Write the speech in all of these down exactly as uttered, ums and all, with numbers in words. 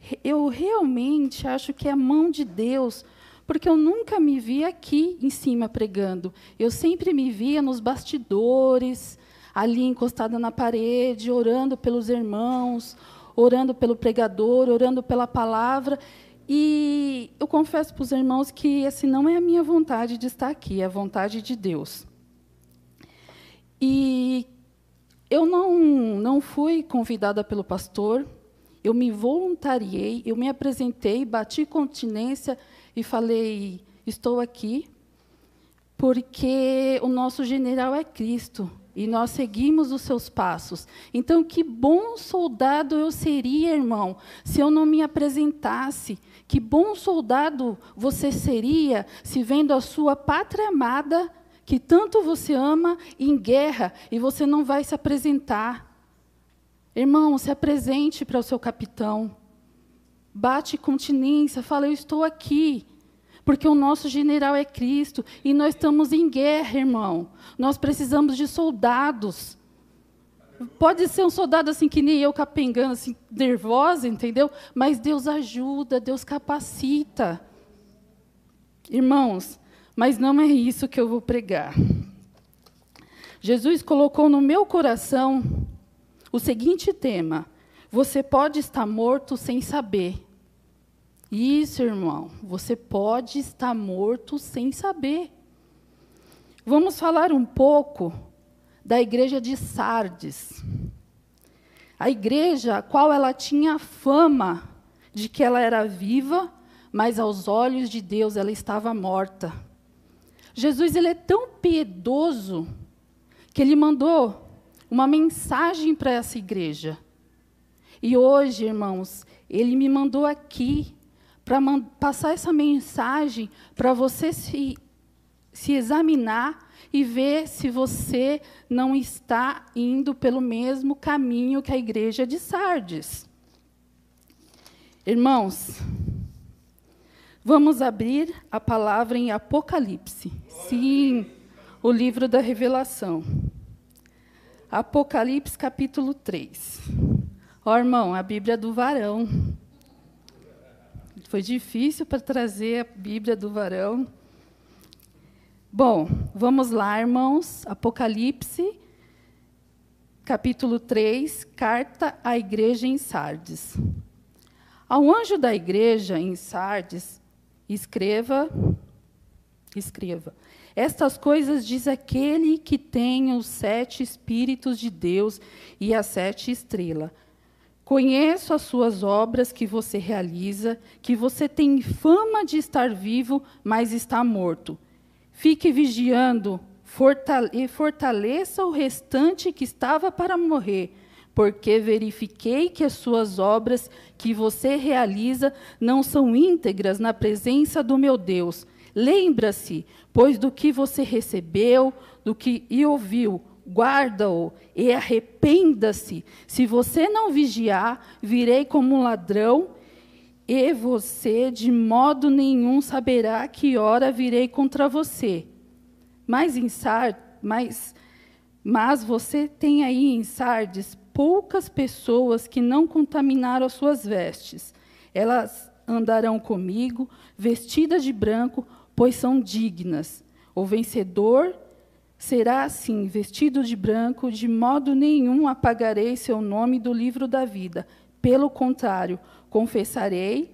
eu realmente acho que é a mão de Deus, porque eu nunca me vi aqui em cima pregando. Eu sempre me via nos bastidores, ali encostada na parede, orando pelos irmãos, orando pelo pregador, orando pela palavra. E eu confesso para os irmãos que assim, não é a minha vontade de estar aqui, é a vontade de Deus. E eu não, não fui convidada pelo pastor, eu me voluntariei, eu me apresentei, bati continência e falei, estou aqui, porque o nosso general é Cristo, e nós seguimos os seus passos. Então, que bom soldado eu seria, irmão, se eu não me apresentasse. Que bom soldado você seria, se vendo a sua pátria amada, que tanto você ama, em guerra, e você não vai se apresentar. Irmão, se apresente para o seu capitão. Bate continência, fala, eu estou aqui. Porque o nosso general é Cristo, e nós estamos em guerra, irmão. Nós precisamos de soldados. Pode ser um soldado assim que nem eu, capengando, assim, nervosa, entendeu? Mas Deus ajuda, Deus capacita. Irmãos, mas não é isso que eu vou pregar. Jesus colocou no meu coração o seguinte tema: você pode estar morto sem saber. Isso, irmão, você pode estar morto sem saber. Vamos falar um pouco da igreja de Sardes. A igreja, a qual ela tinha fama de que ela era viva, mas aos olhos de Deus ela estava morta. Jesus, ele é tão piedoso que ele mandou uma mensagem para essa igreja. E hoje, irmãos, ele me mandou aqui para passar essa mensagem para você se, se examinar e ver se você não está indo pelo mesmo caminho que a igreja de Sardes. Irmãos, vamos abrir a palavra em Apocalipse. Sim, o livro da Revelação. Apocalipse, capítulo três. Ó, irmão, a Bíblia do varão. Foi difícil para trazer a Bíblia do varão. Bom, vamos lá, irmãos. Apocalipse, capítulo três, carta à igreja em Sardes. Ao anjo da igreja em Sardes, escreva, escreva. Estas coisas diz aquele que tem os sete Espíritos de Deus e as sete estrelas. Conheço as suas obras que você realiza, que você tem fama de estar vivo, mas está morto. Fique vigiando, e fortaleça o restante que estava para morrer, porque verifiquei que as suas obras que você realiza não são íntegras na presença do meu Deus. Lembra-se, pois, do que você recebeu, do que e ouviu, guarda-o e arrependa-se. Se você não vigiar, virei como um ladrão, e você de modo nenhum saberá que hora virei contra você. Mas, em Sardes, mas, mas você tem aí em Sardes poucas pessoas que não contaminaram as suas vestes. Elas andarão comigo, vestidas de branco, pois são dignas. O vencedor será assim, vestido de branco, de modo nenhum apagarei seu nome do livro da vida. Pelo contrário, confessarei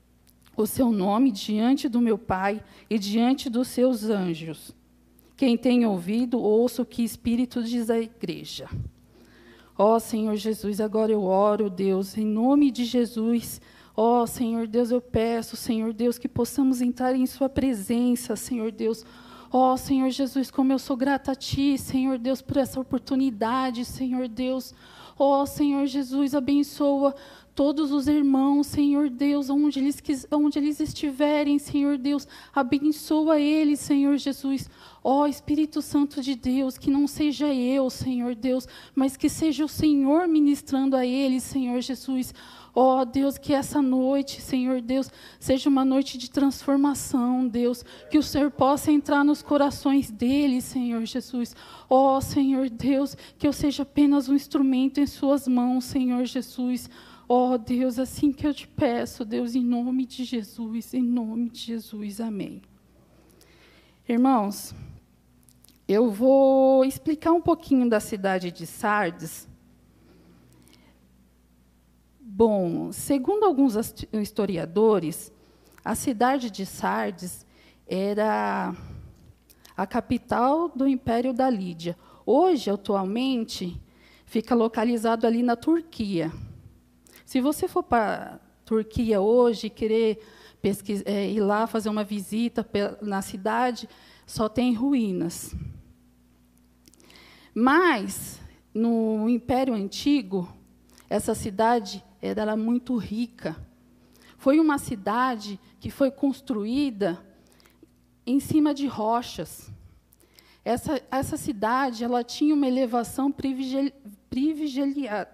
o seu nome diante do meu Pai e diante dos seus anjos. Quem tem ouvido, ouça o que o Espírito diz à igreja. Ó Senhor Jesus, agora eu oro, Deus, em nome de Jesus. Ó Senhor Deus, eu peço, Senhor Deus, que possamos entrar em sua presença, Senhor Deus. Ó oh, Senhor Jesus, como eu sou grata a Ti, Senhor Deus, por essa oportunidade, Senhor Deus. Ó oh, Senhor Jesus, abençoa todos os irmãos, Senhor Deus, onde eles, onde eles estiverem, Senhor Deus. Abençoa eles, Senhor Jesus. Ó oh, Espírito Santo de Deus, que não seja eu, Senhor Deus, mas que seja o Senhor ministrando a eles, Senhor Jesus. Ó oh, Deus, que essa noite, Senhor Deus, seja uma noite de transformação, Deus. Que o Senhor possa entrar nos corações deles, Senhor Jesus. Ó oh, Senhor Deus, que eu seja apenas um instrumento em suas mãos, Senhor Jesus. Ó Deus, assim que eu te peço, Deus, em nome de Jesus, em nome de Jesus, amém. Irmãos, eu vou explicar um pouquinho da cidade de Sardes. Bom, segundo alguns historiadores, a cidade de Sardes era a capital do Império da Lídia. Hoje, atualmente, fica localizado ali na Turquia. Se você for para a Turquia hoje e querer pesquisa, é, ir lá fazer uma visita na cidade, só tem ruínas. Mas, no Império Antigo, essa cidade era muito rica. Foi uma cidade que foi construída em cima de rochas. Essa, essa cidade ela tinha uma elevação privilegiada,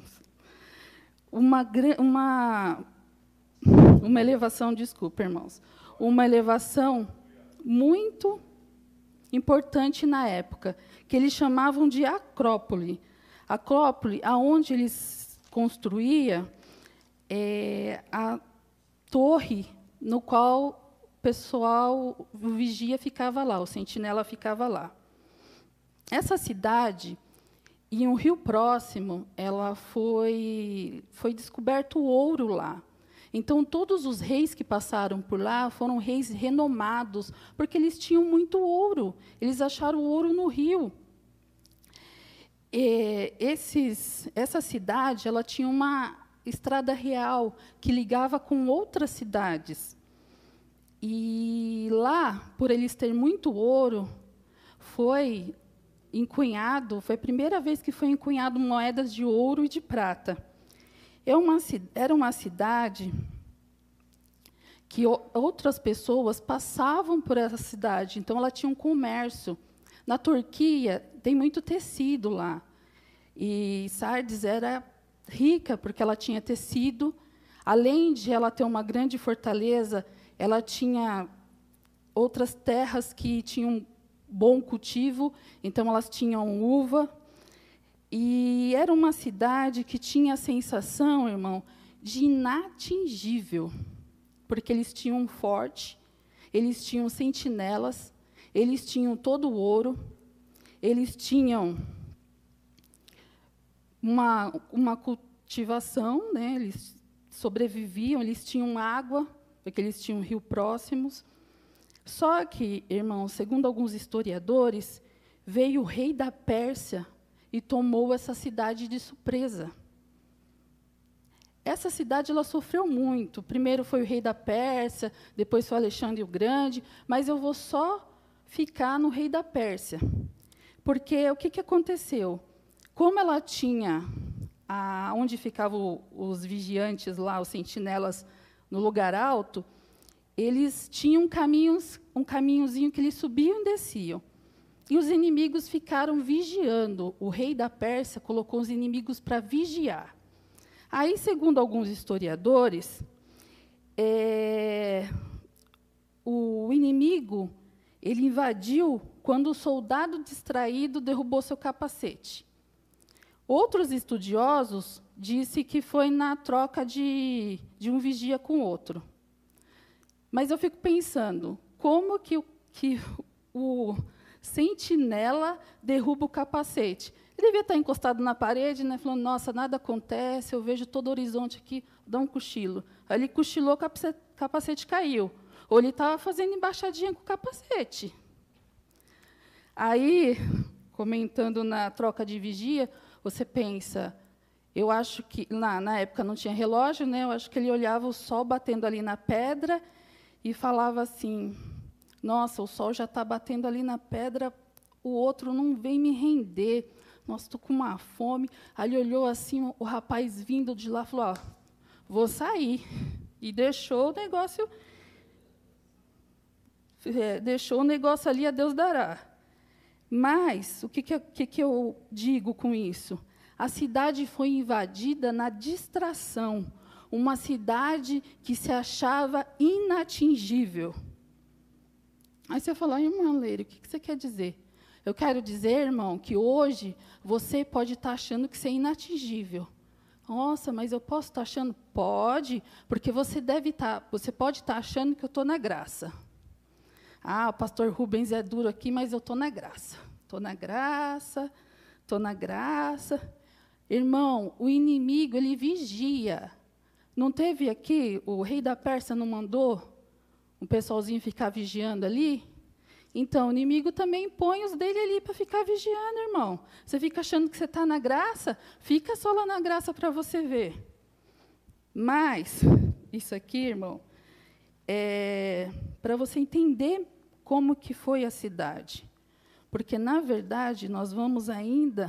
uma, uma, uma elevação, desculpa, irmãos, uma elevação muito importante na época, que eles chamavam de Acrópole. Acrópole, aonde eles construíam é, a torre no qual o pessoal, o vigia ficava lá, o sentinela ficava lá. Essa cidade, em um rio próximo, ela foi, foi descoberto ouro lá. Então, todos os reis que passaram por lá foram reis renomados, porque eles tinham muito ouro. Eles acharam ouro no rio. E esses, essa cidade ela tinha uma estrada real que ligava com outras cidades. E lá, por eles terem muito ouro, foi encunhado, foi a primeira vez que foi encunhado moedas de ouro e de prata. É uma, era uma cidade que outras pessoas passavam por essa cidade, então ela tinha um comércio. Na Turquia, tem muito tecido lá. E Sardes era rica, porque ela tinha tecido. Além de ela ter uma grande fortaleza, ela tinha outras terras que tinham bom cultivo, então elas tinham uva. E era uma cidade que tinha a sensação, irmão, de inatingível, porque eles tinham um forte, eles tinham sentinelas, eles tinham todo o ouro, eles tinham uma, uma cultivação, né? Eles sobreviviam, eles tinham água, porque eles tinham rio próximos. Só que, irmãos, segundo alguns historiadores, veio o rei da Pérsia e tomou essa cidade de surpresa. Essa cidade ela sofreu muito. Primeiro foi o rei da Pérsia, depois foi Alexandre o Grande, mas eu vou só ficar no rei da Pérsia. Porque o que, que aconteceu? Como ela tinha, a, onde ficavam os vigiantes lá, os sentinelas, no lugar alto, eles tinham caminhos, um caminhozinho que eles subiam e desciam. E os inimigos ficaram vigiando. O rei da Pérsia colocou os inimigos para vigiar. Aí, segundo alguns historiadores, é, o inimigo ele invadiu quando o soldado distraído derrubou seu capacete. Outros estudiosos dizem que foi na troca de, de um vigia com outro. Mas eu fico pensando, como que o, que o sentinela derruba o capacete? Ele devia estar encostado na parede, né, falando, nossa, nada acontece, eu vejo todo o horizonte aqui, dá um cochilo. Aí ele cochilou, o capacete, capacete caiu. Ou ele estava fazendo embaixadinha com o capacete. Aí, comentando na troca de vigia, você pensa, eu acho que, na, na época não tinha relógio, né, eu acho que ele olhava o sol batendo ali na pedra e falava assim, nossa, o sol já está batendo ali na pedra, o outro não vem me render. Nossa, estou com uma fome. Aí ele olhou assim, o rapaz vindo de lá, falou, ó, vou sair. E deixou o negócio, é, deixou o negócio ali, a Deus dará. Mas, o que, que, que, que eu digo com isso? A cidade foi invadida na distração. Uma cidade que se achava inatingível. Aí você fala, irmã Leire, o que, que você quer dizer? Eu quero dizer, irmão, que hoje você pode estar achando que você é inatingível. Nossa, mas eu posso estar achando? Pode, porque você deve estar, você pode estar achando que eu estou na graça. Ah, o pastor Rubens é duro aqui, mas eu estou na graça. Estou na graça, estou na graça. Irmão, o inimigo, ele vigia. Não teve aqui, o rei da Pérsia não mandou um pessoalzinho ficar vigiando ali? Então, o inimigo também põe os dele ali para ficar vigiando, irmão. Você fica achando que você está na graça? Fica só lá na graça para você ver. Mas, isso aqui, irmão, é para você entender como que foi a cidade. Porque, na verdade, nós vamos ainda...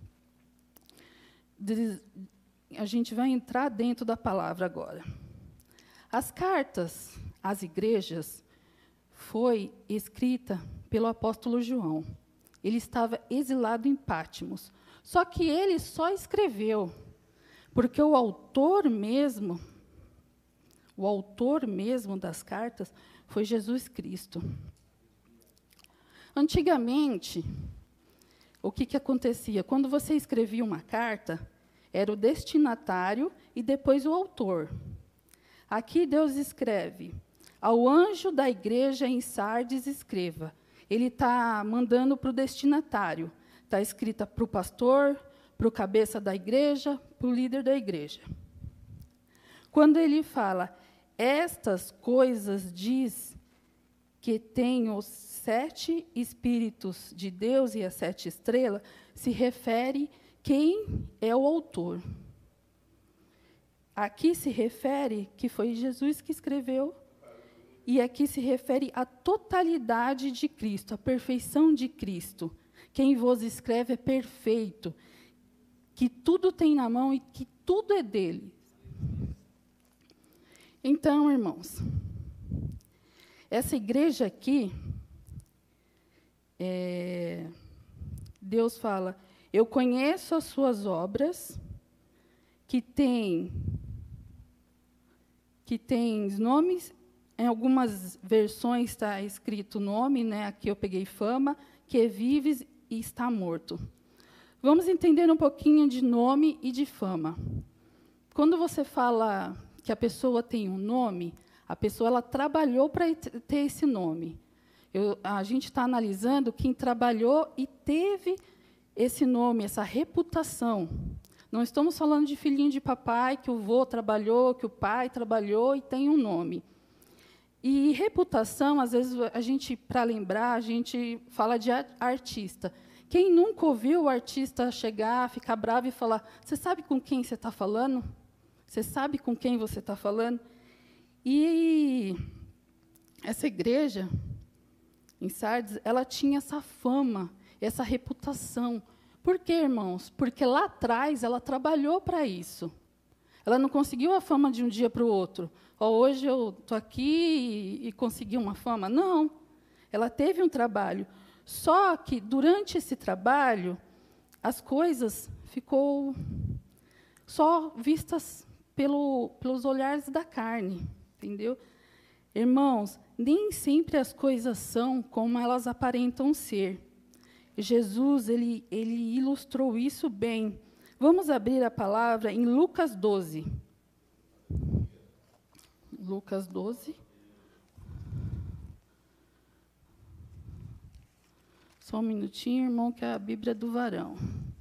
A gente vai entrar dentro da palavra agora. As cartas às igrejas foi escrita pelo apóstolo João. Ele estava exilado em Pátimos. Só que ele só escreveu, porque o autor mesmo, o autor mesmo das cartas foi Jesus Cristo. Antigamente, o que, que acontecia? Quando você escrevia uma carta, era o destinatário e depois o autor. Aqui Deus escreve: ao anjo da igreja em Sardes escreva. Ele está mandando para o destinatário. Está escrita para o pastor, para o cabeça da igreja, para o líder da igreja. Quando ele fala, estas coisas diz que tem os sete espíritos de Deus e as sete estrelas, se refere quem é o autor. Aqui se refere que foi Jesus que escreveu, e aqui se refere à totalidade de Cristo, à perfeição de Cristo. Quem vos escreve é perfeito, que tudo tem na mão e que tudo é dele. Então, irmãos, essa igreja aqui, é, Deus fala, eu conheço as suas obras, que tem, que tem nomes. Em algumas versões está escrito nome, né? Aqui eu peguei fama, que vives e está morto. Vamos entender um pouquinho de nome e de fama. Quando você fala que a pessoa tem um nome, a pessoa ela trabalhou para ter esse nome. Eu, a gente está analisando quem trabalhou e teve esse nome, essa reputação. Não estamos falando de filhinho de papai, que o vô trabalhou, que o pai trabalhou e tem um nome. E reputação, às vezes, a gente, para lembrar, a gente fala de artista. Quem nunca ouviu o artista chegar, ficar bravo e falar, você sabe com quem você está falando? Você sabe com quem você está falando? E essa igreja, em Sardes, ela tinha essa fama, essa reputação. Por quê, irmãos? Porque lá atrás ela trabalhou para isso. Ela não conseguiu a fama de um dia para o outro. Oh, hoje eu estou aqui e, e consegui uma fama. Não. Ela teve um trabalho. Só que, durante esse trabalho, as coisas ficou só vistas pelo, pelos olhares da carne. Entendeu? Irmãos, nem sempre as coisas são como elas aparentam ser. Jesus ele, ele ilustrou isso bem. Vamos abrir a palavra em Lucas doze. Lucas doze. Só um minutinho, irmão, que é a Bíblia do varão.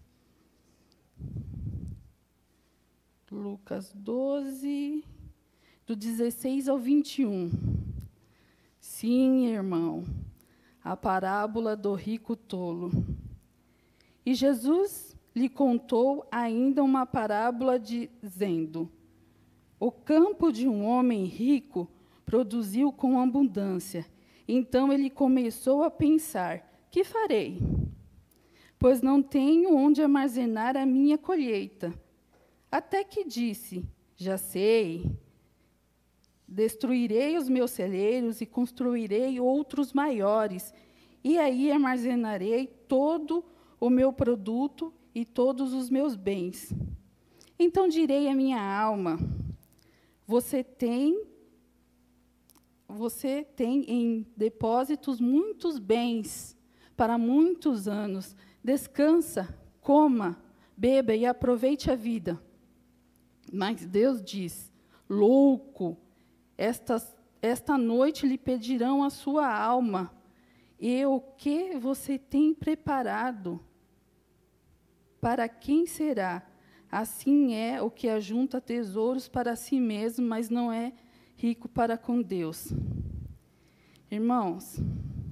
Lucas doze, do dezesseis ao vinte e um. Sim, irmão, a parábola do rico tolo. E Jesus lhe contou ainda uma parábola dizendo: o campo de um homem rico produziu com abundância. Então ele começou a pensar: que farei? Pois não tenho onde armazenar a minha colheita. Até que disse: já sei, destruirei os meus celeiros e construirei outros maiores, e aí armazenarei todo o meu produto e todos os meus bens. Então direi à minha alma: você tem, você tem em depósitos muitos bens para muitos anos. Descansa, coma, beba e aproveite a vida. Mas Deus diz: louco, estas, esta noite lhe pedirão a sua alma, e o que você tem preparado? Para quem será? Assim é o que ajunta tesouros para si mesmo, mas não é rico para com Deus. Irmãos,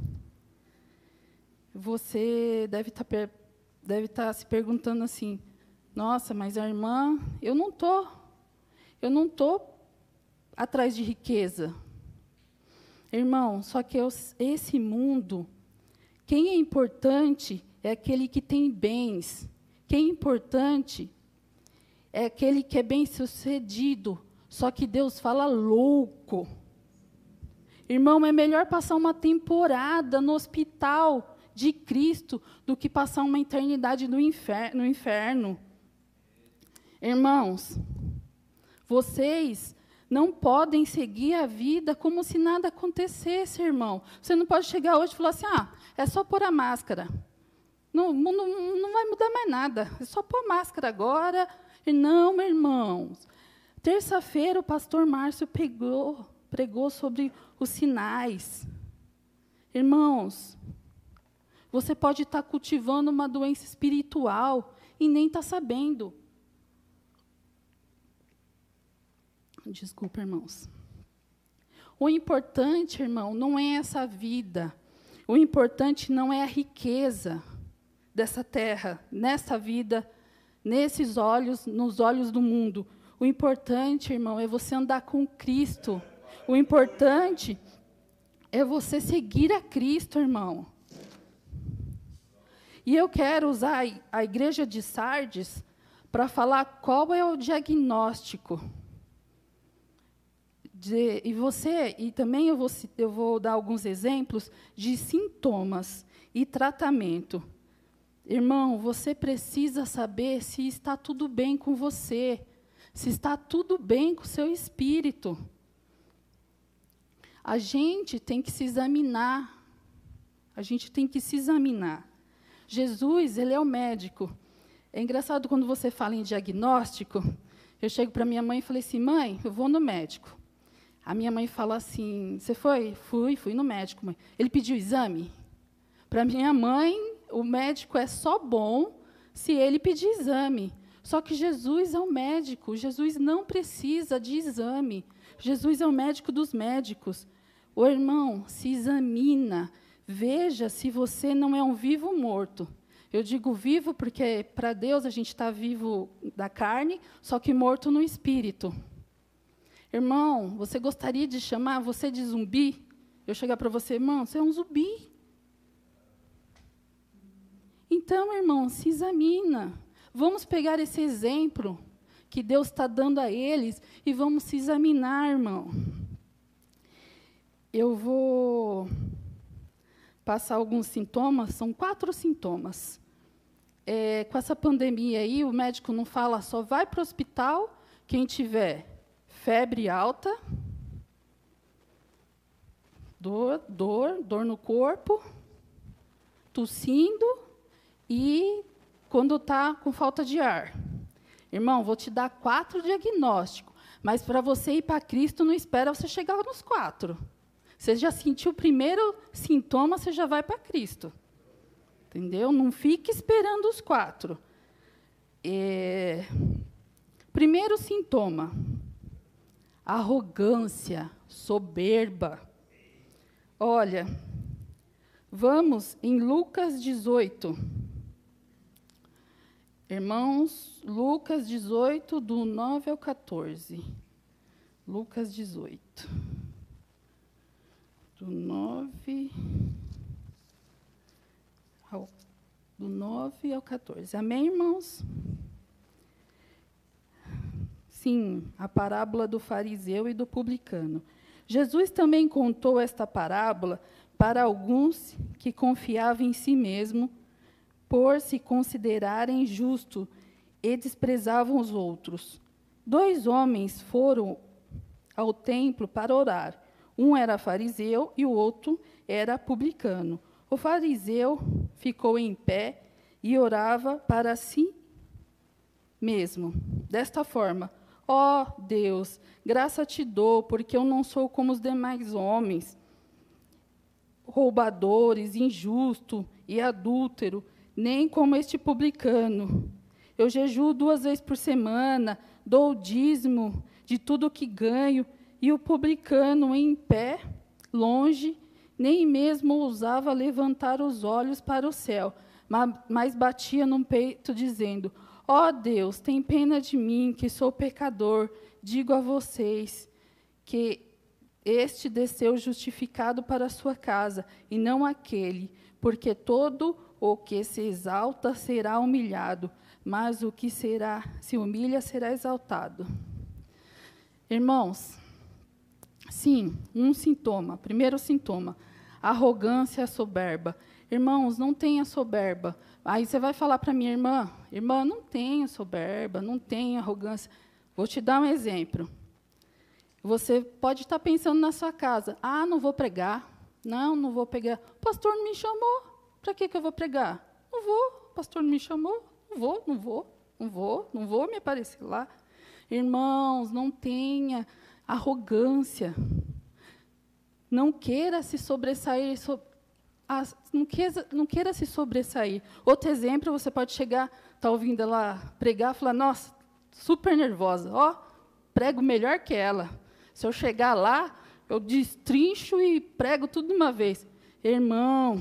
você deve estar, deve estar se perguntando assim: nossa, mas a irmã, eu não estou, eu não estou atrás de riqueza. Irmão, só que eu, esse mundo, quem é importante é aquele que tem bens. Quem é importante é aquele que é bem-sucedido, só que Deus fala louco. Irmão, é melhor passar uma temporada no hospital de Cristo do que passar uma eternidade no inferno. No inferno. Irmãos, vocês não podem seguir a vida como se nada acontecesse, irmão. Você não pode chegar hoje e falar assim: ah, é só pôr a máscara. Não, não, não vai mudar mais nada. É só pôr a máscara agora. E não, meus irmãos. Terça-feira o pastor Márcio pegou, pregou sobre os sinais. Irmãos, você pode estar cultivando uma doença espiritual e nem está sabendo. Desculpa, irmãos. O importante, irmão, não é essa vida. O importante não é a riqueza dessa terra, nessa vida, nesses olhos, nos olhos do mundo. O importante, irmão, é você andar com Cristo. O importante é você seguir a Cristo, irmão. E eu quero usar a igreja de Sardes para falar qual é o diagnóstico. De, e você, e também eu vou, eu vou dar alguns exemplos de sintomas e tratamento. Irmão, você precisa saber se está tudo bem com você, se está tudo bem com o seu espírito. A gente tem que se examinar. A gente tem que se examinar. Jesus, ele é o médico. É engraçado quando você fala em diagnóstico. Eu chego para minha mãe e falei assim: mãe, eu vou no médico. A minha mãe fala assim: você foi? Fui, fui no médico, mãe. Ele pediu exame? Para minha mãe, o médico é só bom se ele pedir exame. Só que Jesus é o médico. Jesus não precisa de exame. Jesus é o médico dos médicos. Ô, irmão, se examina. Veja se você não é um vivo morto. Eu digo vivo porque, para Deus, a gente está vivo da carne, só que morto no espírito. Irmão, você gostaria de chamar você de zumbi? Eu chegar para você: irmão, você é um zumbi. Então, irmão, se examina. Vamos pegar esse exemplo que Deus está dando a eles e vamos se examinar, irmão. Eu vou passar alguns sintomas, são quatro sintomas. É, com essa pandemia aí, o médico não fala só vai para o hospital quem tiver febre alta, dor, dor, dor no corpo, tossindo e quando está com falta de ar. Irmão, vou te dar quatro diagnósticos, mas para você ir para Cristo, não espera você chegar nos quatro. Você já sentiu o primeiro sintoma, você já vai para Cristo. Entendeu? Não fique esperando os quatro. É... Primeiro sintoma: arrogância, soberba. Olha, vamos em Lucas dezoito. Irmãos, Lucas dezoito, do nove ao quatorze. Lucas dezoito. Do nove ao, do nove ao quatorze. Amém, irmãos? Sim, a parábola do fariseu e do publicano. Jesus também contou esta parábola para alguns que confiavam em si mesmo, por se considerarem justos, e desprezavam os outros. Dois homens foram ao templo para orar. Um era fariseu e o outro era publicano. O fariseu ficou em pé e orava para si mesmo. Desta forma: Ó Deus, graça te dou, porque eu não sou como os demais homens, roubadores, injusto e adúltero, nem como este publicano. Eu jejuo duas vezes por semana, dou o dízimo de tudo o que ganho, e o publicano, em pé, longe, nem mesmo ousava levantar os olhos para o céu, mas batia no peito, dizendo: ó Deus, tem pena de mim, que sou pecador. Digo a vocês que este desceu justificado para a sua casa, e não aquele, porque todo o que se exalta será humilhado, mas o que será, se humilha será exaltado. Irmãos, sim, um sintoma, primeiro sintoma, arrogância e soberba. Irmãos, não tenha soberba. Aí você vai falar para minha irmã: irmã, não tenha soberba, não tenha arrogância. Vou te dar um exemplo. Você pode estar pensando na sua casa: ah, não vou pregar. Não, não vou pregar. O pastor não me chamou. Para que, que eu vou pregar? Não vou. O pastor não me chamou. Não vou, não vou, não vou, não vou me aparecer lá. Irmãos, não tenha arrogância. Não queira se sobressair. So, as, não, queira, não queira se sobressair. Outro exemplo, você pode chegar, está ouvindo ela pregar, e falar: nossa, super nervosa. Ó, prego melhor que ela. Se eu chegar lá, eu destrincho e prego tudo de uma vez. Irmão,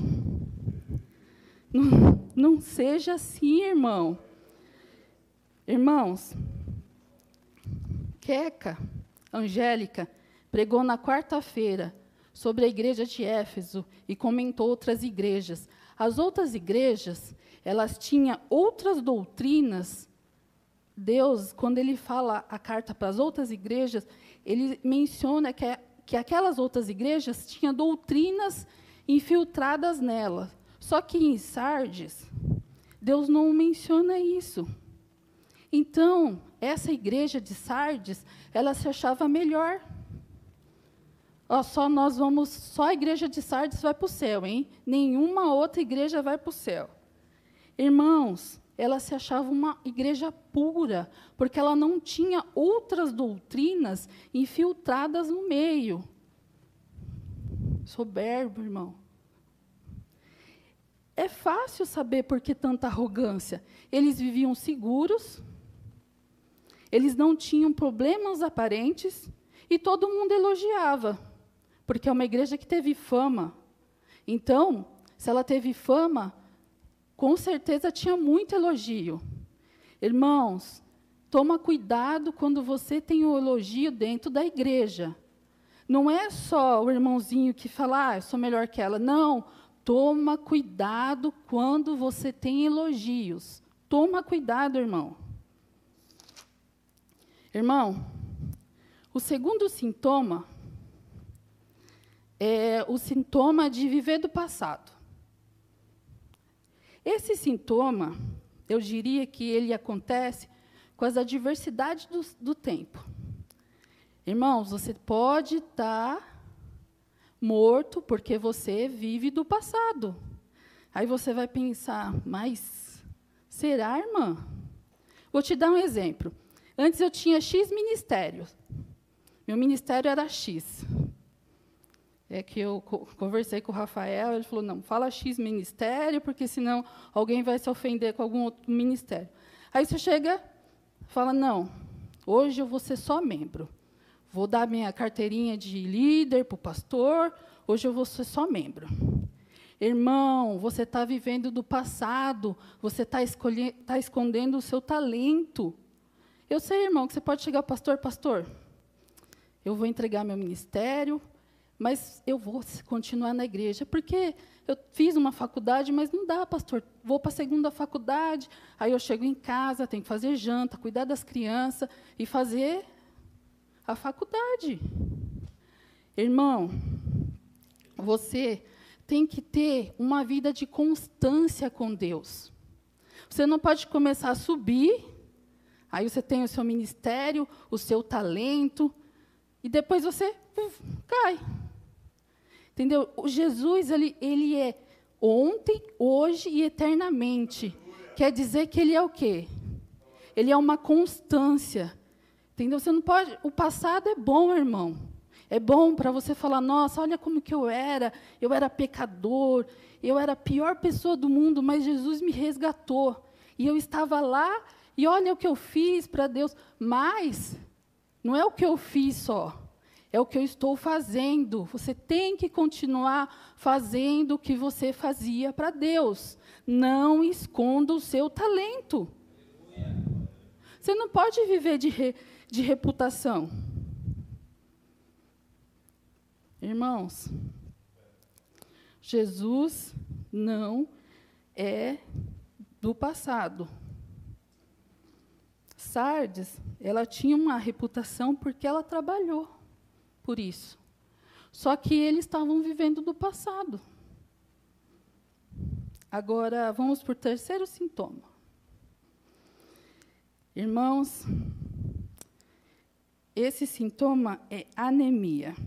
não, não seja assim, irmão. Irmãos, Queca, Angélica, pregou na quarta-feira sobre a igreja de Éfeso e comentou outras igrejas. As outras igrejas, elas tinham outras doutrinas. Deus, quando ele fala a carta para as outras igrejas, ele menciona que, que aquelas outras igrejas tinham doutrinas infiltradas nelas. Só que em Sardes, Deus não menciona isso. Então, essa igreja de Sardes, ela se achava melhor. Ó, só nós vamos, só a igreja de Sardes vai para o céu, hein? Nenhuma outra igreja vai para o céu. Irmãos, ela se achava uma igreja pura, porque ela não tinha outras doutrinas infiltradas no meio. Soberbo, irmão. É fácil saber por que tanta arrogância. Eles viviam seguros, eles não tinham problemas aparentes, e todo mundo elogiava, porque é uma igreja que teve fama. Então, se ela teve fama, com certeza tinha muito elogio. Irmãos, toma cuidado quando você tem o elogio dentro da igreja. Não é só o irmãozinho que fala: ah, eu sou melhor que ela. Não, toma cuidado quando você tem elogios. Toma cuidado, irmão. Irmão, o segundo sintoma é o sintoma de viver do passado. Esse sintoma, eu diria que ele acontece com as adversidades do, do tempo. Irmãos, você pode estar morto porque você vive do passado. Aí você vai pensar: mas será, irmã? Vou te dar um exemplo. Antes eu tinha X ministérios. Meu ministério era X. É que eu conversei com o Rafael, ele falou: não, fala X ministério, porque senão alguém vai se ofender com algum outro ministério. Aí você chega e fala: não, hoje eu vou ser só membro. Vou dar minha carteirinha de líder para o pastor, hoje eu vou ser só membro. Irmão, você está vivendo do passado, você está tá escondendo o seu talento. Eu sei, irmão, que você pode chegar ao pastor: pastor, eu vou entregar meu ministério, mas eu vou continuar na igreja, porque eu fiz uma faculdade, mas não dá, pastor. Vou para a segunda faculdade, aí eu chego em casa, tenho que fazer janta, cuidar das crianças e fazer a faculdade. Irmão, você tem que ter uma vida de constância com Deus. Você não pode começar a subir, aí você tem o seu ministério, o seu talento, e depois você uf, cai. Entendeu? O Jesus, ele, ele é ontem, hoje e eternamente. Quer dizer que ele é o quê? Ele é uma constância. Entendeu? Você não pode. O passado é bom, irmão. É bom para você falar, nossa, olha como que eu era. Eu era pecador, eu era a pior pessoa do mundo, mas Jesus me resgatou. E eu estava lá, e olha o que eu fiz para Deus. Mas não é o que eu fiz só. É o que eu estou fazendo. Você tem que continuar fazendo o que você fazia para Deus. Não esconda o seu talento. Você não pode viver de, re, de reputação. Irmãos, Jesus não é do passado. Sardes, ela tinha uma reputação porque ela trabalhou por isso. Só que eles estavam vivendo do passado. Agora, vamos para o terceiro sintoma. Irmãos, esse sintoma é anemia.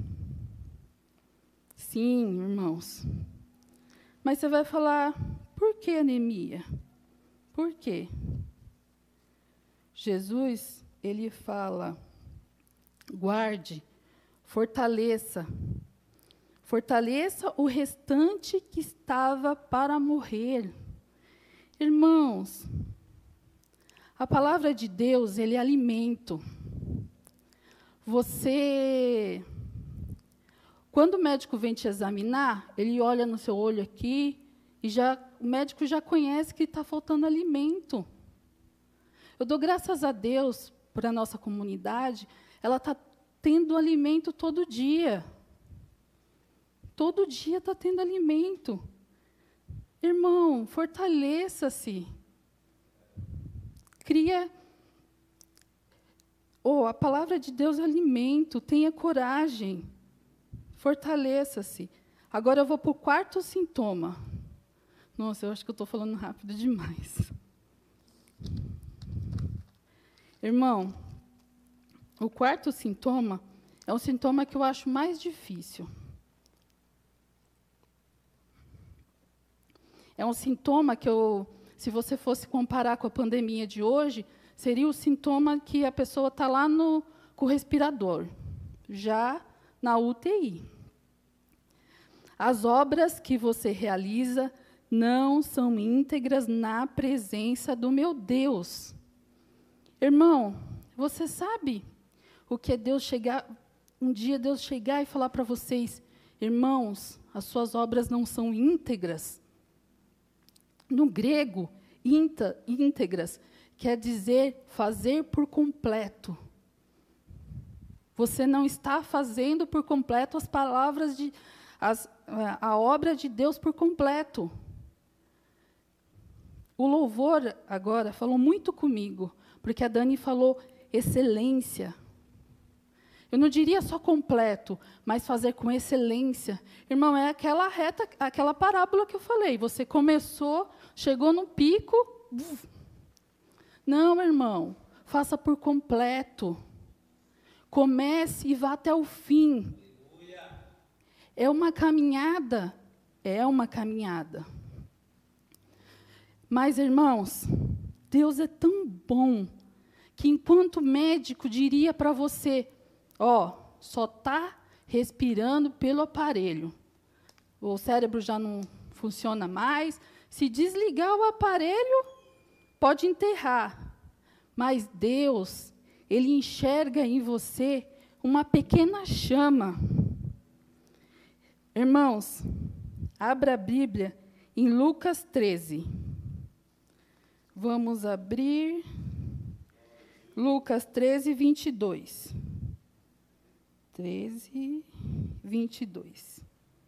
Sim, irmãos. Mas você vai falar, por que anemia? Por quê? Jesus, ele fala, guarde, fortaleça, fortaleça o restante que estava para morrer. Irmãos, a palavra de Deus, ele é alimento. Você, quando o médico vem te examinar, ele olha no seu olho aqui, e já, o médico já conhece que está faltando alimento. Eu dou graças a Deus para a nossa comunidade, ela está tendo alimento todo dia. Todo dia está tendo alimento. Irmão, fortaleça-se. Cria. Oh, a palavra de Deus é alimento. Tenha coragem. Fortaleça-se. Agora eu vou para o quarto sintoma. Nossa, eu acho que eu estou falando rápido demais. Irmão, o quarto sintoma é um sintoma que eu acho mais difícil. É um sintoma que, eu, se você fosse comparar com a pandemia de hoje, seria o sintoma que a pessoa está lá no, com o respirador, já na U T I. As obras que você realiza não são íntegras na presença do meu Deus. Irmão, você sabe o que é Deus chegar, um dia Deus chegar e falar para vocês, irmãos, as suas obras não são íntegras? No grego, inta, íntegras quer dizer fazer por completo. Você não está fazendo por completo as palavras de as, a obra de Deus por completo. O louvor agora falou muito comigo, porque a Dani falou excelência. Eu não diria só completo, mas fazer com excelência. Irmão, é aquela reta, aquela parábola que eu falei. Você começou, chegou no pico. Uf. Não, irmão, faça por completo. Comece e vá até o fim. É uma caminhada. É uma caminhada. Mas, irmãos, Deus é tão bom que, enquanto médico, diria para você, ó, só está respirando pelo aparelho. O cérebro já não funciona mais. Se desligar o aparelho, pode enterrar. Mas Deus, Ele enxerga em você uma pequena chama. Irmãos, abra a Bíblia em Lucas treze. Vamos abrir Lucas treze, vinte e dois. treze, vinte e dois.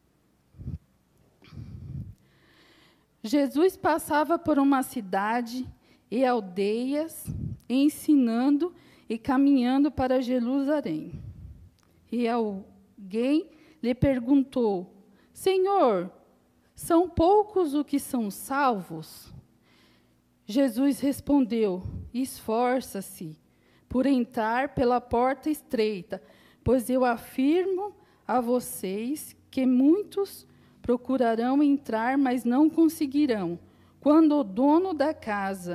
Jesus passava por uma cidade e aldeias, ensinando e caminhando para Jerusalém. E alguém lhe perguntou, Senhor, são poucos os que são salvos? Jesus respondeu, esforça-se por entrar pela porta estreita, pois eu afirmo a vocês que muitos procurarão entrar, mas não conseguirão. Quando o dono da casa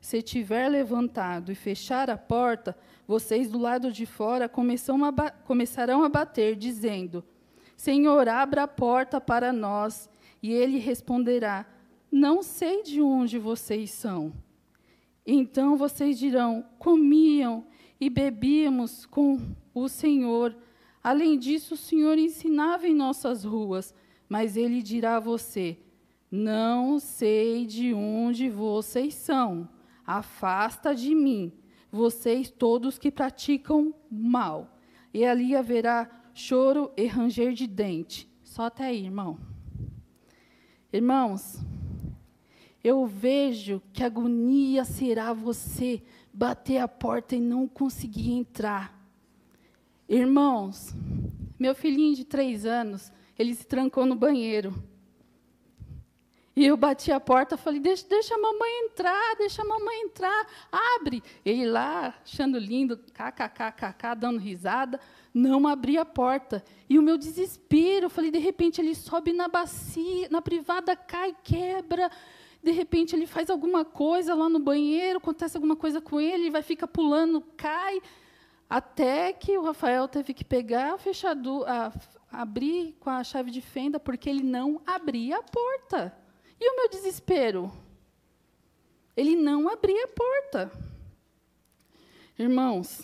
se tiver levantado e fechar a porta, vocês do lado de fora começarão a bater, dizendo: Senhor, abra a porta para nós. E ele responderá: não sei de onde vocês são. Então vocês dirão: comiam e bebíamos com o Senhor. Além disso, o Senhor ensinava em nossas ruas. Mas ele dirá a você: não sei de onde vocês são. Afasta de mim, vocês todos que praticam mal. E ali haverá choro e ranger de dente. Só até aí, irmão. Irmãos, eu vejo que agonia será você bater a porta e não conseguir entrar. Irmãos, meu filhinho de três anos, ele se trancou no banheiro. E eu bati a porta, falei: deixa, deixa a mamãe entrar, deixa a mamãe entrar, abre. Ele lá, achando lindo, kkkk, dando risada, não abria a porta. E o meu desespero, eu falei: de repente ele sobe na bacia, na privada, cai, quebra. De repente ele faz alguma coisa lá no banheiro, acontece alguma coisa com ele, ele vai ficar pulando, cai. Até que o Rafael teve que pegar a fechadura, a, abrir com a chave de fenda, porque ele não abria a porta. E o meu desespero? Ele não abria a porta. Irmãos,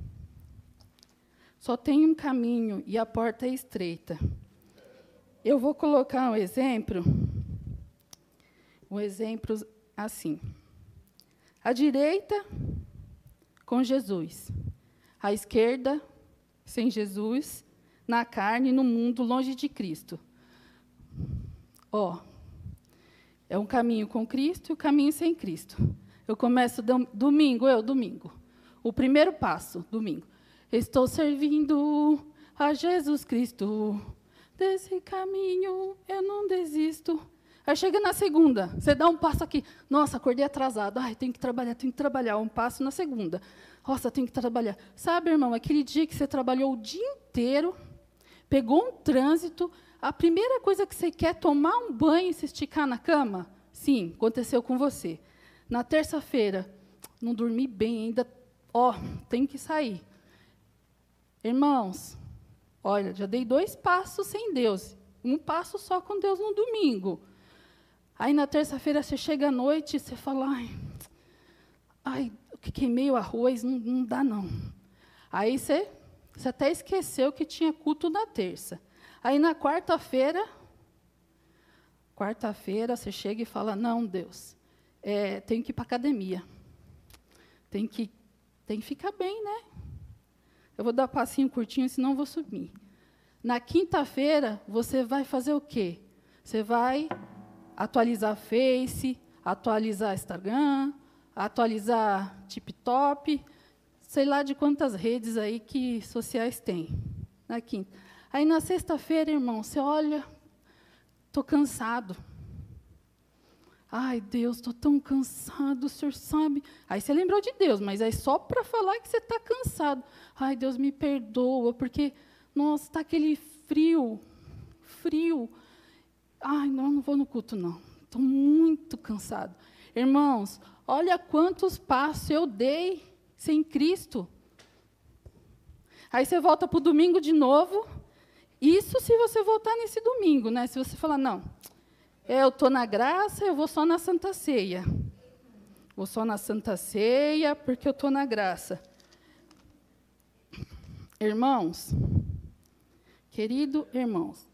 só tem um caminho e a porta é estreita. Eu vou colocar um exemplo, um exemplo assim. À direita, com Jesus. À esquerda, sem Jesus, na carne, no mundo, longe de Cristo. Ó, é um caminho com Cristo e um caminho sem Cristo. Eu começo dom, domingo, eu, domingo. O primeiro passo, domingo. Estou servindo a Jesus Cristo. Desse caminho eu não desisto. Aí chega na segunda, você dá um passo aqui. Nossa, acordei atrasado. Ai, tenho que trabalhar, tenho que trabalhar. Um passo na segunda. Nossa, tenho que trabalhar. Sabe, irmão, aquele dia que você trabalhou o dia inteiro, pegou um trânsito, a primeira coisa que você quer é tomar um banho e se esticar na cama? Sim, aconteceu com você. Na terça-feira, não dormi bem ainda. Ó, tenho que sair. Irmãos, olha, já dei dois passos sem Deus. Um passo só com Deus no domingo. Aí, na terça-feira, você chega à noite e você fala: ai, ai queimei o arroz, não, não dá, não. Aí, você, você até esqueceu que tinha culto na terça. Aí, na quarta-feira, quarta-feira, você chega e fala: não, Deus, é, tenho que ir para a academia. Tem que, tem que ficar bem, né? Eu vou dar um passinho curtinho, senão eu vou subir. Na quinta-feira, você vai fazer o quê? Você vai atualizar Face, atualizar Instagram, atualizar TikTok, sei lá de quantas redes aí que sociais tem. Na quinta. Aí, na sexta-feira, irmão, você olha, estou cansado. Ai, Deus, estou tão cansado, o senhor sabe. Aí você lembrou de Deus, mas é só para falar que você está cansado. Ai, Deus, me perdoa, porque, nossa, está aquele frio, frio. Ai, não, não vou no culto, não. Estou muito cansado. Irmãos, olha quantos passos eu dei sem Cristo. Aí você volta para o domingo de novo. Isso se você voltar nesse domingo, né? Se você falar: não, eu estou na graça, eu vou só na Santa Ceia. Vou só na Santa Ceia, porque eu estou na graça. Irmãos, querido irmãos,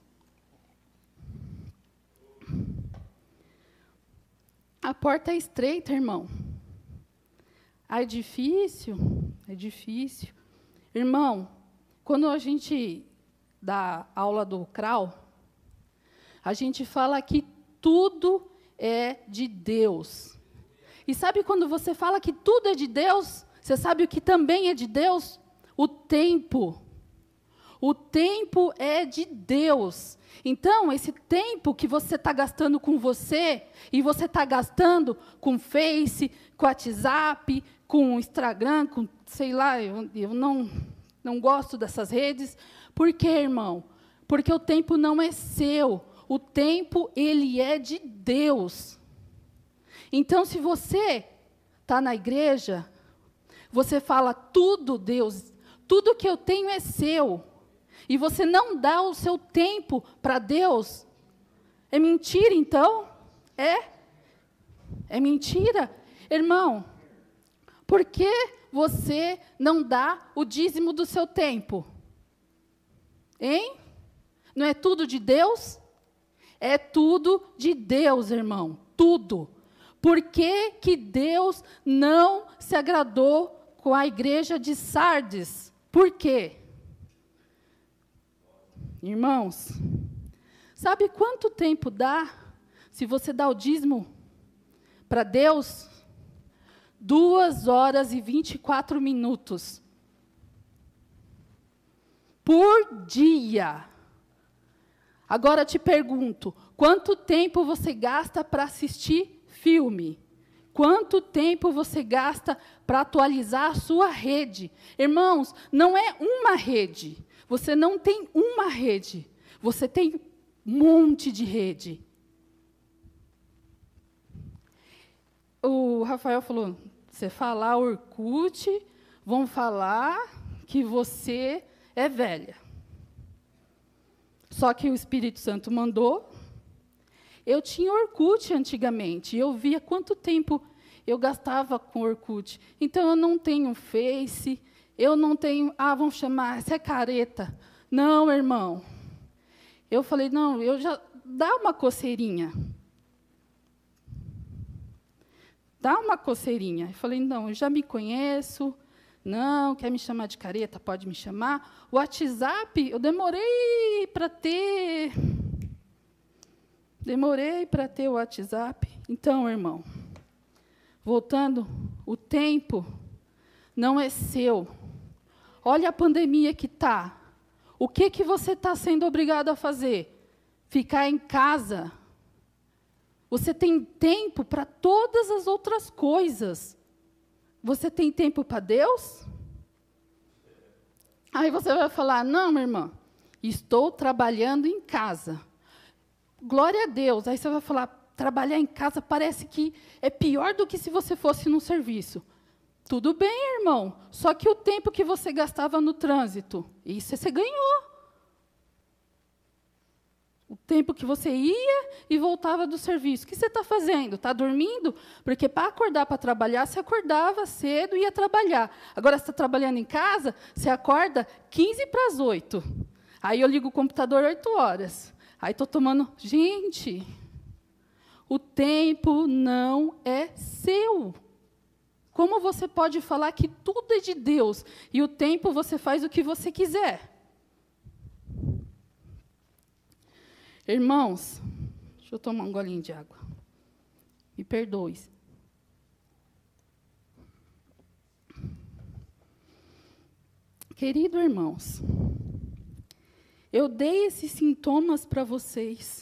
a porta é estreita, irmão. Ah, é difícil? É difícil. Irmão, quando a gente dá aula do C R A U, a gente fala que tudo é de Deus. E sabe quando você fala que tudo é de Deus, você sabe o que também é de Deus? O tempo. O tempo é de Deus. Então, esse tempo que você está gastando com você, e você está gastando com Face, com WhatsApp, com Instagram, com, sei lá, eu, eu não, não gosto dessas redes. Por quê, irmão? Porque o tempo não é seu. O tempo, ele é de Deus. Então, se você está na igreja, você fala, tudo, Deus, tudo que eu tenho é seu, e você não dá o seu tempo para Deus, é mentira, então? É? É mentira? Irmão, por que você não dá o dízimo do seu tempo? Hein? Não é tudo de Deus? É tudo de Deus, irmão, tudo. Por que que Deus não se agradou com a igreja de Sardes? Por quê? Irmãos, sabe quanto tempo dá se você dá o dízimo para Deus? Duas horas e vinte e quatro minutos. Por dia. Agora te pergunto, quanto tempo você gasta para assistir filme? Quanto tempo você gasta para atualizar a sua rede? Irmãos, não é uma rede. Você não tem uma rede. Você tem um monte de rede. O Rafael falou, você falar Orkut, vão falar que você é velha. Só que o Espírito Santo mandou. Eu tinha Orkut antigamente, eu via quanto tempo eu gastava com Orkut. Então, eu não tenho Face, eu não tenho... Ah, vão chamar, você é careta. Não, irmão. Eu falei, não, eu já... Dá uma coceirinha. Dá uma coceirinha. Eu falei, não, eu já me conheço. Não, quer me chamar de careta? Pode me chamar. O WhatsApp, eu demorei para ter... Demorei para ter o WhatsApp. Então, irmão, voltando, o tempo não é seu. Olha a pandemia que está. O que, que você está sendo obrigado a fazer? Ficar em casa. Você tem tempo para todas as outras coisas. Você tem tempo para Deus? Aí você vai falar, não, minha irmã, estou trabalhando em casa. Glória a Deus. Aí você vai falar, trabalhar em casa parece que é pior do que se você fosse num serviço. Tudo bem, irmão, só que o tempo que você gastava no trânsito, isso você ganhou. O tempo que você ia e voltava do serviço. O que você está fazendo? Está dormindo? Porque para acordar para trabalhar, você acordava cedo e ia trabalhar. Agora, você está trabalhando em casa, você acorda quinze para as oito. Aí eu ligo o computador oito horas. Aí estou tomando... Gente, o tempo não é seu. Como você pode falar que tudo é de Deus e o tempo você faz o que você quiser? Irmãos, deixa eu tomar um golinho de água. Me perdoe. Querido irmãos, eu dei esses sintomas para vocês,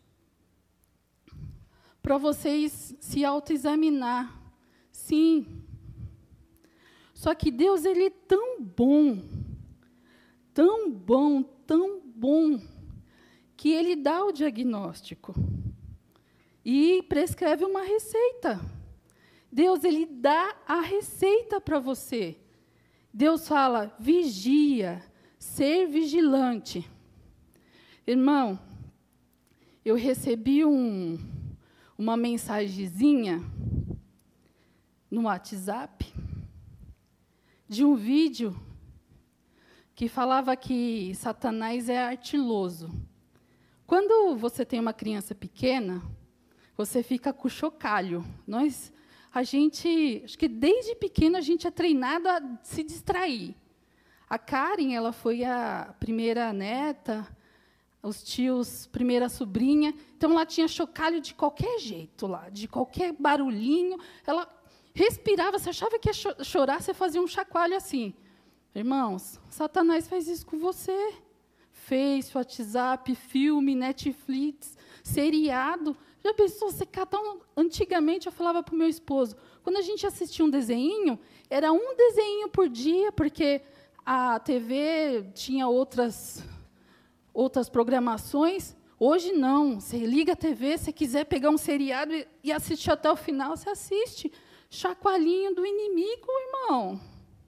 para vocês se autoexaminar. Sim. Só que Deus, ele é tão bom, tão bom, tão bom, que ele dá o diagnóstico e prescreve uma receita. Deus, ele dá a receita para você. Deus fala, vigia, ser vigilante. Irmão, eu recebi um, uma mensagenzinha no WhatsApp de um vídeo que falava que Satanás é artiloso. Quando você tem uma criança pequena, você fica com o chocalho. Nós, a gente, acho que desde pequena a gente é treinado a se distrair. A Karen, ela foi a primeira neta, os tios, primeira sobrinha, então ela tinha chocalho de qualquer jeito lá, de qualquer barulhinho, ela respirava, você achava que ia cho- chorar, você fazia um chacoalho assim. Irmãos, Satanás faz isso com você. Face, WhatsApp, filme, Netflix, seriado. Já pensou, você cada um... Antigamente, eu falava para o meu esposo, quando a gente assistia um desenho, era um desenho por dia, porque a T V tinha outras, outras programações. Hoje, não. Você liga a T V, se quiser pegar um seriado e, e assistir até o final, você assiste. chacoalhinho do inimigo, irmão.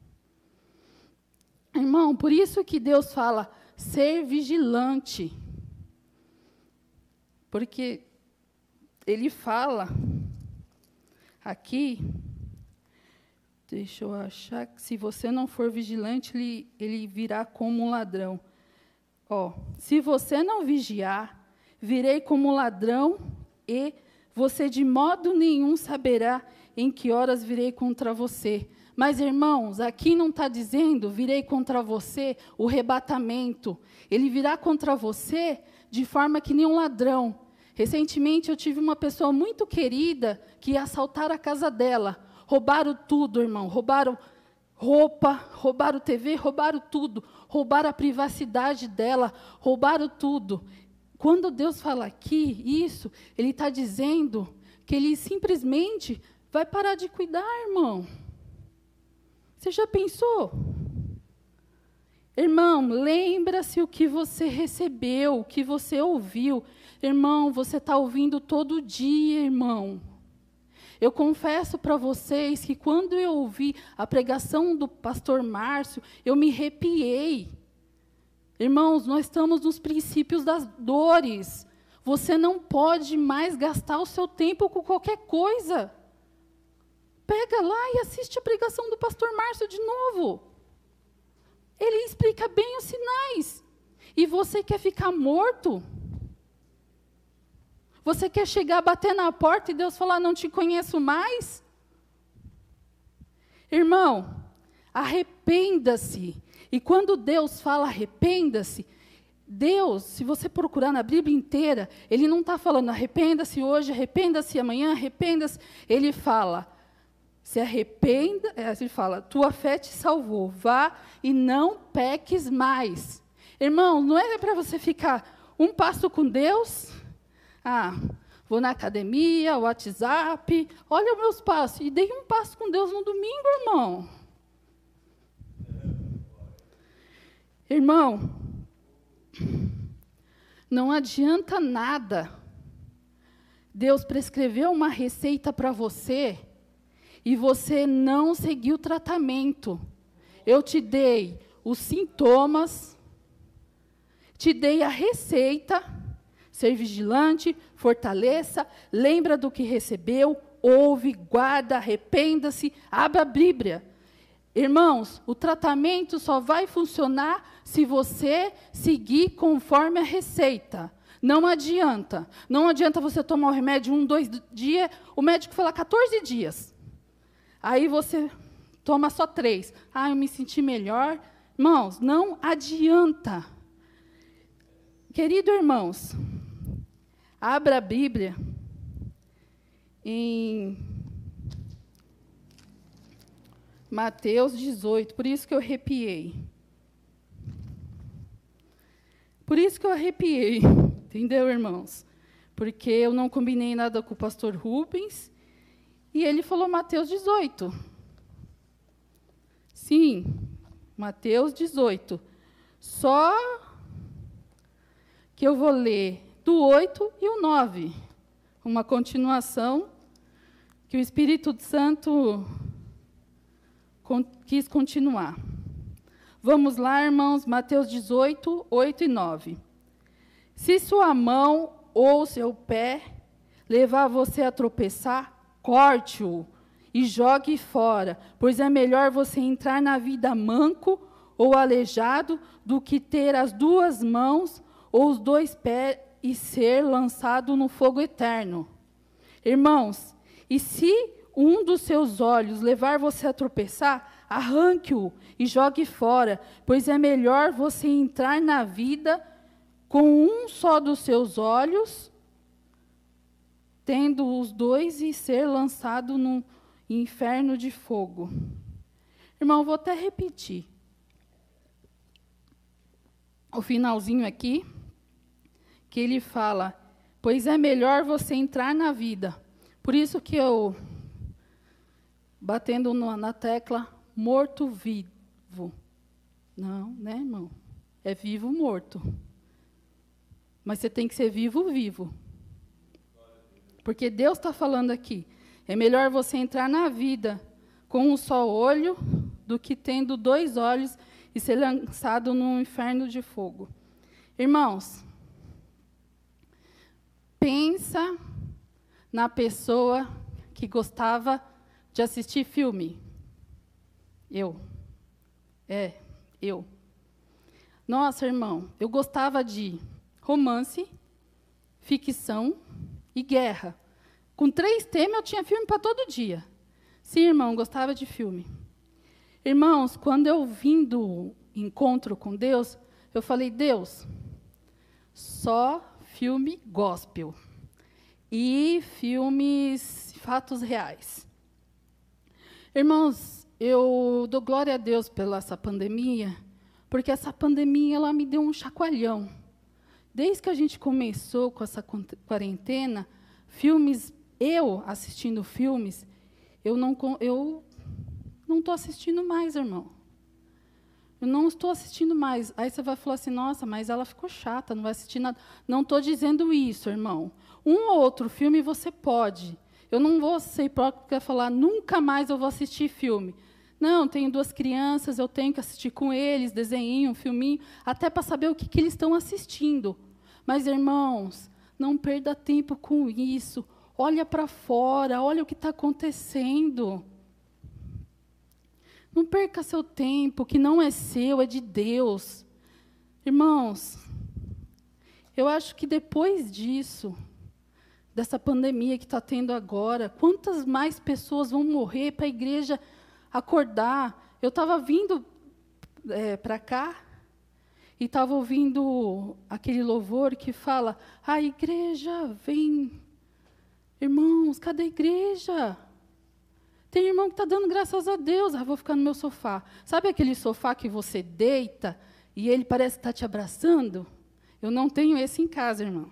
Irmão, por isso que Deus fala, ser vigilante. Porque ele fala aqui, deixa eu achar, que se você não for vigilante, ele, ele virá como um ladrão. Ó, se você não vigiar, virei como ladrão, e você de modo nenhum saberá em que horas virei contra você. Mas, irmãos, aqui não está dizendo, virei contra você, o arrebatamento. Ele virá contra você de forma que nem um ladrão. Recentemente, eu tive uma pessoa muito querida que ia assaltar a casa dela. Roubaram tudo, irmão. Roubaram roupa, roubaram T V, roubaram tudo. Roubaram a privacidade dela, roubaram tudo. Quando Deus fala aqui isso, Ele está dizendo que Ele simplesmente vai parar de cuidar, irmão. Você já pensou? Irmão, lembra-se o que você recebeu, o que você ouviu. Irmão, você está ouvindo todo dia, irmão. Eu confesso para vocês que quando eu ouvi a pregação do pastor Márcio, eu me arrepiei. Irmãos, nós estamos nos princípios das dores. Você não pode mais gastar o seu tempo com qualquer coisa. Pega lá e assiste a pregação do pastor Márcio de novo. Ele explica bem os sinais. E você quer ficar morto? Você quer chegar, bater na porta e Deus falar, não te conheço mais? Irmão, arrependa-se. E quando Deus fala arrependa-se, Deus, se você procurar na Bíblia inteira, Ele não está falando arrependa-se hoje, arrependa-se amanhã, arrependa-se. Ele fala, se arrependa, ele fala, tua fé te salvou, vá e não peques mais. Irmão, não é para você ficar um passo com Deus, ah, vou na academia, WhatsApp, olha os meus passos, e dei um passo com Deus no domingo, irmão. Irmão, não adianta nada. Deus prescreveu uma receita para você e você não seguiu o tratamento. Eu te dei os sintomas, te dei a receita, ser vigilante, fortaleça, lembra do que recebeu, ouve, guarda, arrependa-se, abra a Bíblia. Irmãos, o tratamento só vai funcionar se você seguir conforme a receita. Não adianta. Não adianta você tomar o remédio um, dois dias, o médico fala quatorze dias. Aí você toma só três. Ah, eu me senti melhor. Irmãos, não adianta. Querido irmãos, abra a Bíblia em Mateus dezoito, por isso que eu arrepiei. Por isso que eu arrepiei, entendeu, irmãos? Porque eu não combinei nada com o pastor Rubens, e ele falou Mateus dezoito. Sim, Mateus dezoito. Só que eu vou ler do oito e o nove. Uma continuação que o Espírito Santo quis continuar. Vamos lá, irmãos, Mateus dezoito, oito e nove. Se sua mão ou seu pé levar você a tropeçar, corte-o e jogue fora, pois é melhor você entrar na vida manco ou aleijado do que ter as duas mãos ou os dois pés e ser lançado no fogo eterno. Irmãos, e se um dos seus olhos levar você a tropeçar, arranque-o e jogue fora, pois é melhor você entrar na vida com um só dos seus olhos, tendo os dois e ser lançado no inferno de fogo. Irmão, vou até repetir. O finalzinho aqui, que ele fala, pois é melhor você entrar na vida. Por isso que eu, batendo no, na tecla, morto-vivo. Não, né, irmão? É vivo-morto. Mas você tem que ser vivo-vivo. Porque Deus está falando aqui. É melhor você entrar na vida com um só olho do que tendo dois olhos e ser lançado num inferno de fogo. Irmãos, pensa na pessoa que gostava de assistir filme. Eu. É, eu. Nossa, irmão, eu gostava de romance, ficção e guerra. Com três temas, eu tinha filme para todo dia. Sim, irmão, gostava de filme. Irmãos, quando eu vim do encontro com Deus, eu falei, Deus, só filme gospel e filmes fatos reais. Irmãos, eu dou glória a Deus pela essa pandemia, porque essa pandemia ela me deu um chacoalhão. Desde que a gente começou com essa quarentena, filmes, eu assistindo filmes, eu não eu não estou assistindo mais, irmão. Eu não estou assistindo mais. Aí você vai falar assim, nossa, mas ela ficou chata, não vai assistir nada. Não estou dizendo isso, irmão. Um ou outro filme você pode. Eu não vou ser hipócrita e falar, nunca mais eu vou assistir filme. Não, tenho duas crianças, eu tenho que assistir com eles, desenhinho, filminho, até para saber o que, que eles estão assistindo. Mas, irmãos, não perda tempo com isso. Olha para fora, olha o que está acontecendo. Não perca seu tempo, que não é seu, é de Deus. Irmãos, eu acho que depois disso, dessa pandemia que está tendo agora, quantas mais pessoas vão morrer para a igreja acordar? Eu estava vindo é, para cá e estava ouvindo aquele louvor que fala, a igreja vem. Irmãos, cadê a igreja? Tem irmão que está dando graças a Deus. Ah, vou ficar no meu sofá. Sabe aquele sofá que você deita e ele parece que está te abraçando? Eu não tenho esse em casa, irmão.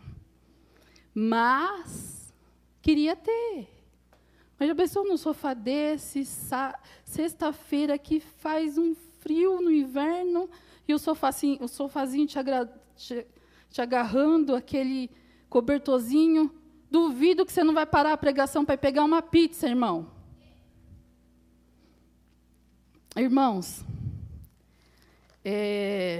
Mas queria ter. Mas já pensou num sofá desse, sexta-feira, que faz um frio no inverno, e o sofazinho, o sofazinho te, agra, te, te agarrando, aquele cobertorzinho. Duvido que você não vai parar a pregação para pegar uma pizza, irmão. Irmãos, é,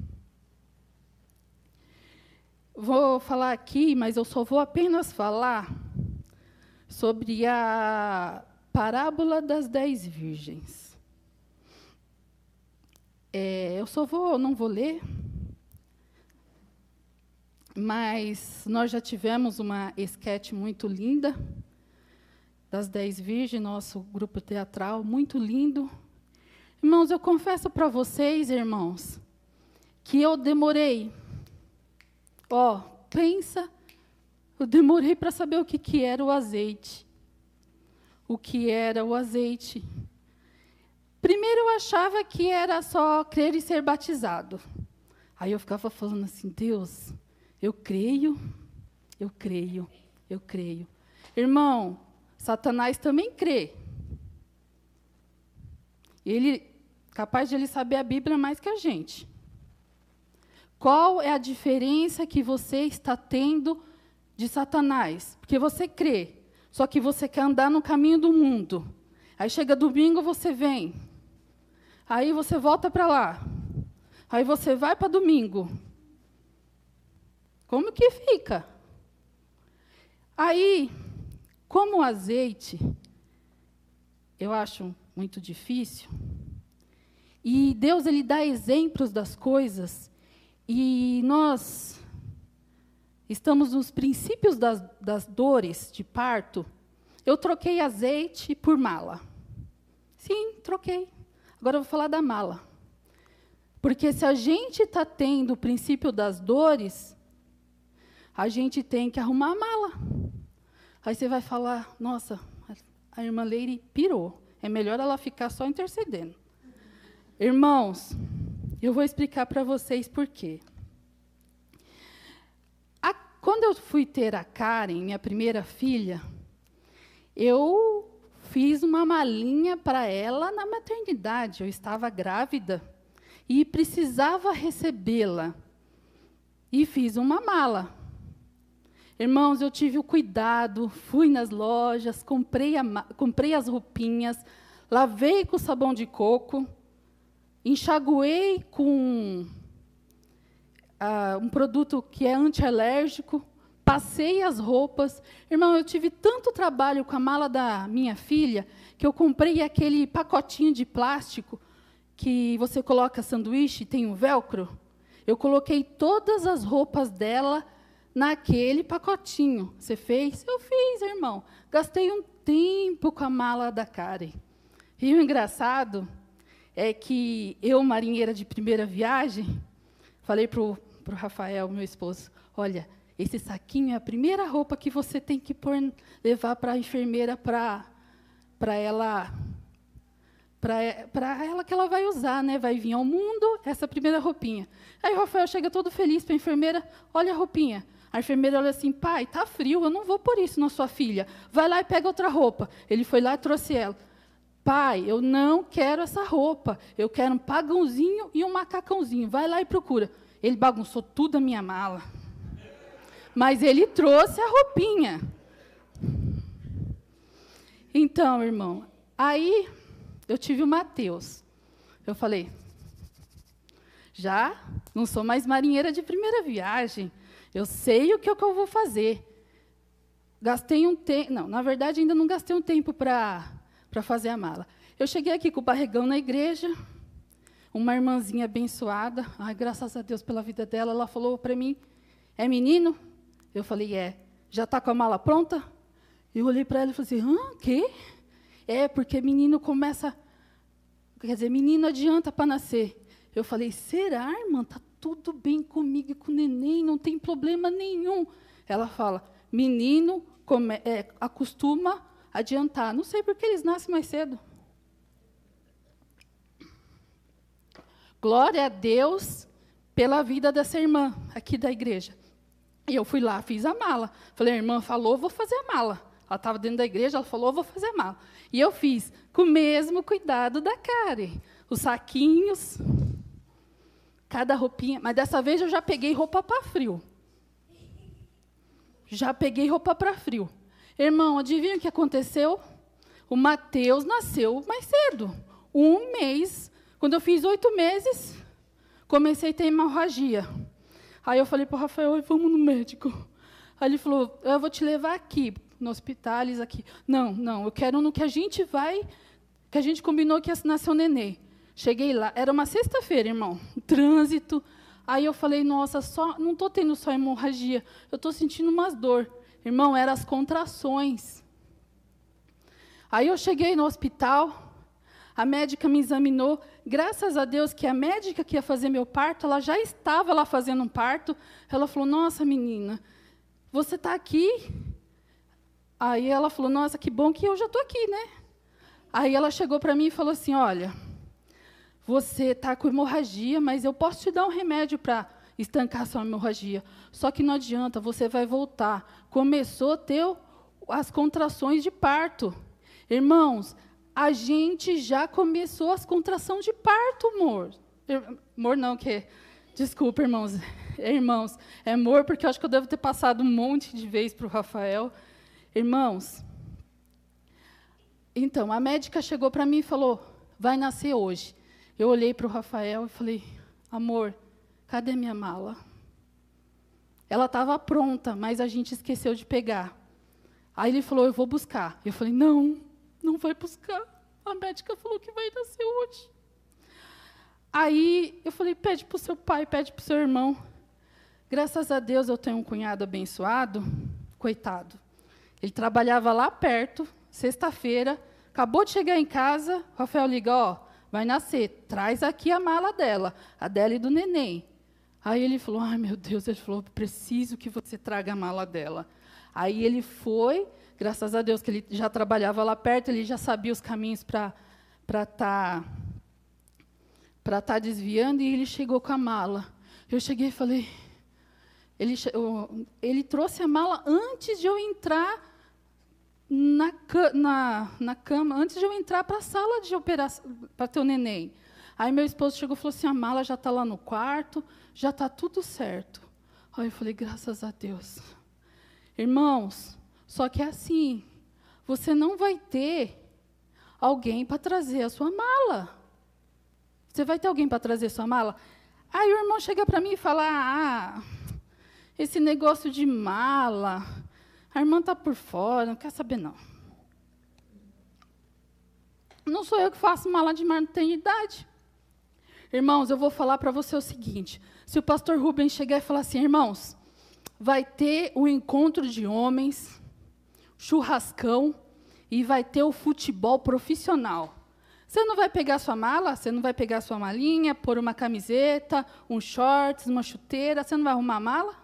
vou falar aqui, mas eu só vou apenas falar sobre a parábola das dez virgens. É, eu só vou, não vou ler, mas nós já tivemos uma esquete muito linda das dez virgens, nosso grupo teatral, muito lindo. Irmãos, eu confesso para vocês, irmãos, que eu demorei. Ó, pensa, eu demorei para saber o que, que era o azeite. O que era o azeite. Primeiro eu achava que era só crer e ser batizado. Aí eu ficava falando assim, Deus, eu creio, eu creio, eu creio. Irmão, Satanás também crê. Ele capaz de ele saber a Bíblia mais que a gente. Qual é a diferença que você está tendo de Satanás? Porque você crê, só que você quer andar no caminho do mundo. Aí chega domingo, você vem. Aí você volta para lá. Aí você vai para domingo. Como que fica? Aí, como o azeite, eu acho muito difícil. E Deus ele dá exemplos das coisas, e nós estamos nos princípios das, das dores de parto. Eu troquei azeite por mala. Sim, troquei. Agora eu vou falar da mala. Porque se a gente está tendo o princípio das dores, a gente tem que arrumar a mala. Aí você vai falar, nossa, a irmã Leire pirou. É melhor ela ficar só intercedendo. Irmãos, eu vou explicar para vocês por quê. A, quando eu fui ter a Karen, minha primeira filha, eu fiz uma malinha para ela na maternidade. Eu estava grávida e precisava recebê-la. E fiz uma mala. Irmãos, eu tive o cuidado, fui nas lojas, comprei, a, comprei as roupinhas, lavei com sabão de coco, enxaguei com uh, um produto que é antialérgico, passei as roupas. Irmão, eu tive tanto trabalho com a mala da minha filha, que eu comprei aquele pacotinho de plástico que você coloca sanduíche, tem um velcro. Eu coloquei todas as roupas dela naquele pacotinho. Você fez? Eu fiz, irmão. Gastei um tempo com a mala da Karen. E o engraçado é que eu, marinheira de primeira viagem, falei para o Rafael, meu esposo, olha, esse saquinho é a primeira roupa que você tem que pôr, levar para a enfermeira para para ela para ela que ela vai usar, né? Vai vir ao mundo essa primeira roupinha. Aí o Rafael chega todo feliz para a enfermeira, olha a roupinha. A enfermeira olha assim, pai, tá frio, eu não vou pôr isso na sua filha. Vai lá e pega outra roupa. Ele foi lá e trouxe ela. Pai, eu não quero essa roupa. Eu quero um pagãozinho e um macacãozinho. Vai lá e procura. Ele bagunçou tudo a minha mala. Mas ele trouxe a roupinha. Então, irmão, aí eu tive o Mateus. Eu falei, já não sou mais marinheira de primeira viagem. Eu sei o que, é que eu vou fazer. Gastei um tempo... Não, na verdade, ainda não gastei um tempo para para fazer a mala. Eu cheguei aqui com o barrigão na igreja, uma irmãzinha abençoada, ai, graças a Deus pela vida dela, ela falou para mim, é menino? Eu falei, é. Já está com a mala pronta? Eu olhei para ela e falei assim, hã, quê? É, porque menino começa... Quer dizer, menino adianta para nascer. Eu falei, será, irmã? Está tudo bem comigo e com o neném, não tem problema nenhum. Ela fala, menino come, é, acostuma adiantar. Não sei porque eles nascem mais cedo. Glória a Deus pela vida dessa irmã aqui da igreja. E eu fui lá, fiz a mala. Falei, a irmã falou, vou fazer a mala. Ela estava dentro da igreja, ela falou, vou fazer a mala. E eu fiz, com o mesmo cuidado da Karen. Os saquinhos, cada roupinha. Mas dessa vez eu já peguei roupa para frio. Já peguei roupa para frio. Irmão, adivinha o que aconteceu? O Mateus nasceu mais cedo. Um mês. Quando eu fiz oito meses, comecei a ter hemorragia. Aí eu falei para o Rafael, vamos no médico. Aí ele falou, eu vou te levar aqui, no hospital, aqui. Não, não, eu quero no que a gente vai, que a gente combinou que ia nascer o nenê. Cheguei lá, era uma sexta-feira, irmão, trânsito. Aí eu falei, nossa, só, não estou tendo só hemorragia, eu estou sentindo umas dor. Irmão, eram as contrações. Aí eu cheguei no hospital, a médica me examinou. Graças a Deus que a médica que ia fazer meu parto, ela já estava lá fazendo um parto. Ela falou, nossa, menina, você está aqui? Aí ela falou, nossa, que bom que eu já estou aqui, né? Aí ela chegou para mim e falou assim, olha, você está com hemorragia, mas eu posso te dar um remédio para estancar sua hemorragia. Só que não adianta, você vai voltar. Começou a ter as contrações de parto. Irmãos, a gente já começou as contrações de parto, amor. Amor não, que... Desculpa, irmãos. Irmãos, é amor, porque eu acho que eu devo ter passado um monte de vezes para o Rafael. Irmãos, então, a médica chegou para mim e falou, vai nascer hoje. Eu olhei para o Rafael e falei, amor, cadê minha mala? Ela estava pronta, mas a gente esqueceu de pegar. Aí ele falou, eu vou buscar. Eu falei, não, não vai buscar. A médica falou que vai nascer hoje. Aí eu falei, pede para o seu pai, pede para o seu irmão. Graças a Deus eu tenho um cunhado abençoado, coitado. Ele trabalhava lá perto, sexta-feira, acabou de chegar em casa, o Rafael liga, ó, vai nascer, traz aqui a mala dela, a dela e do neném. Aí ele falou, ai, meu Deus, ele falou, preciso que você traga a mala dela. Aí ele foi, graças a Deus que ele já trabalhava lá perto, ele já sabia os caminhos para para estar para estar desviando, e ele chegou com a mala. Eu cheguei e falei, ele, ele trouxe a mala antes de eu entrar na, na, na cama, antes de eu entrar para a sala de operação, para ter o neném. Aí meu esposo chegou e falou assim, a mala já está lá no quarto, já está tudo certo. Aí eu falei, graças a Deus. Irmãos, só que é assim, você não vai ter alguém para trazer a sua mala. Você vai ter alguém para trazer a sua mala? Aí o irmão chega para mim e fala, ah, esse negócio de mala, a irmã está por fora, não quer saber não. Não sou eu que faço mala de maternidade. Irmãos, eu vou falar para você o seguinte, se o pastor Rubens chegar e falar assim, irmãos, vai ter o encontro de homens, churrascão, e vai ter o futebol profissional. Você não vai pegar sua mala, você não vai pegar sua malinha, pôr uma camiseta, um shorts, uma chuteira, você não vai arrumar a mala?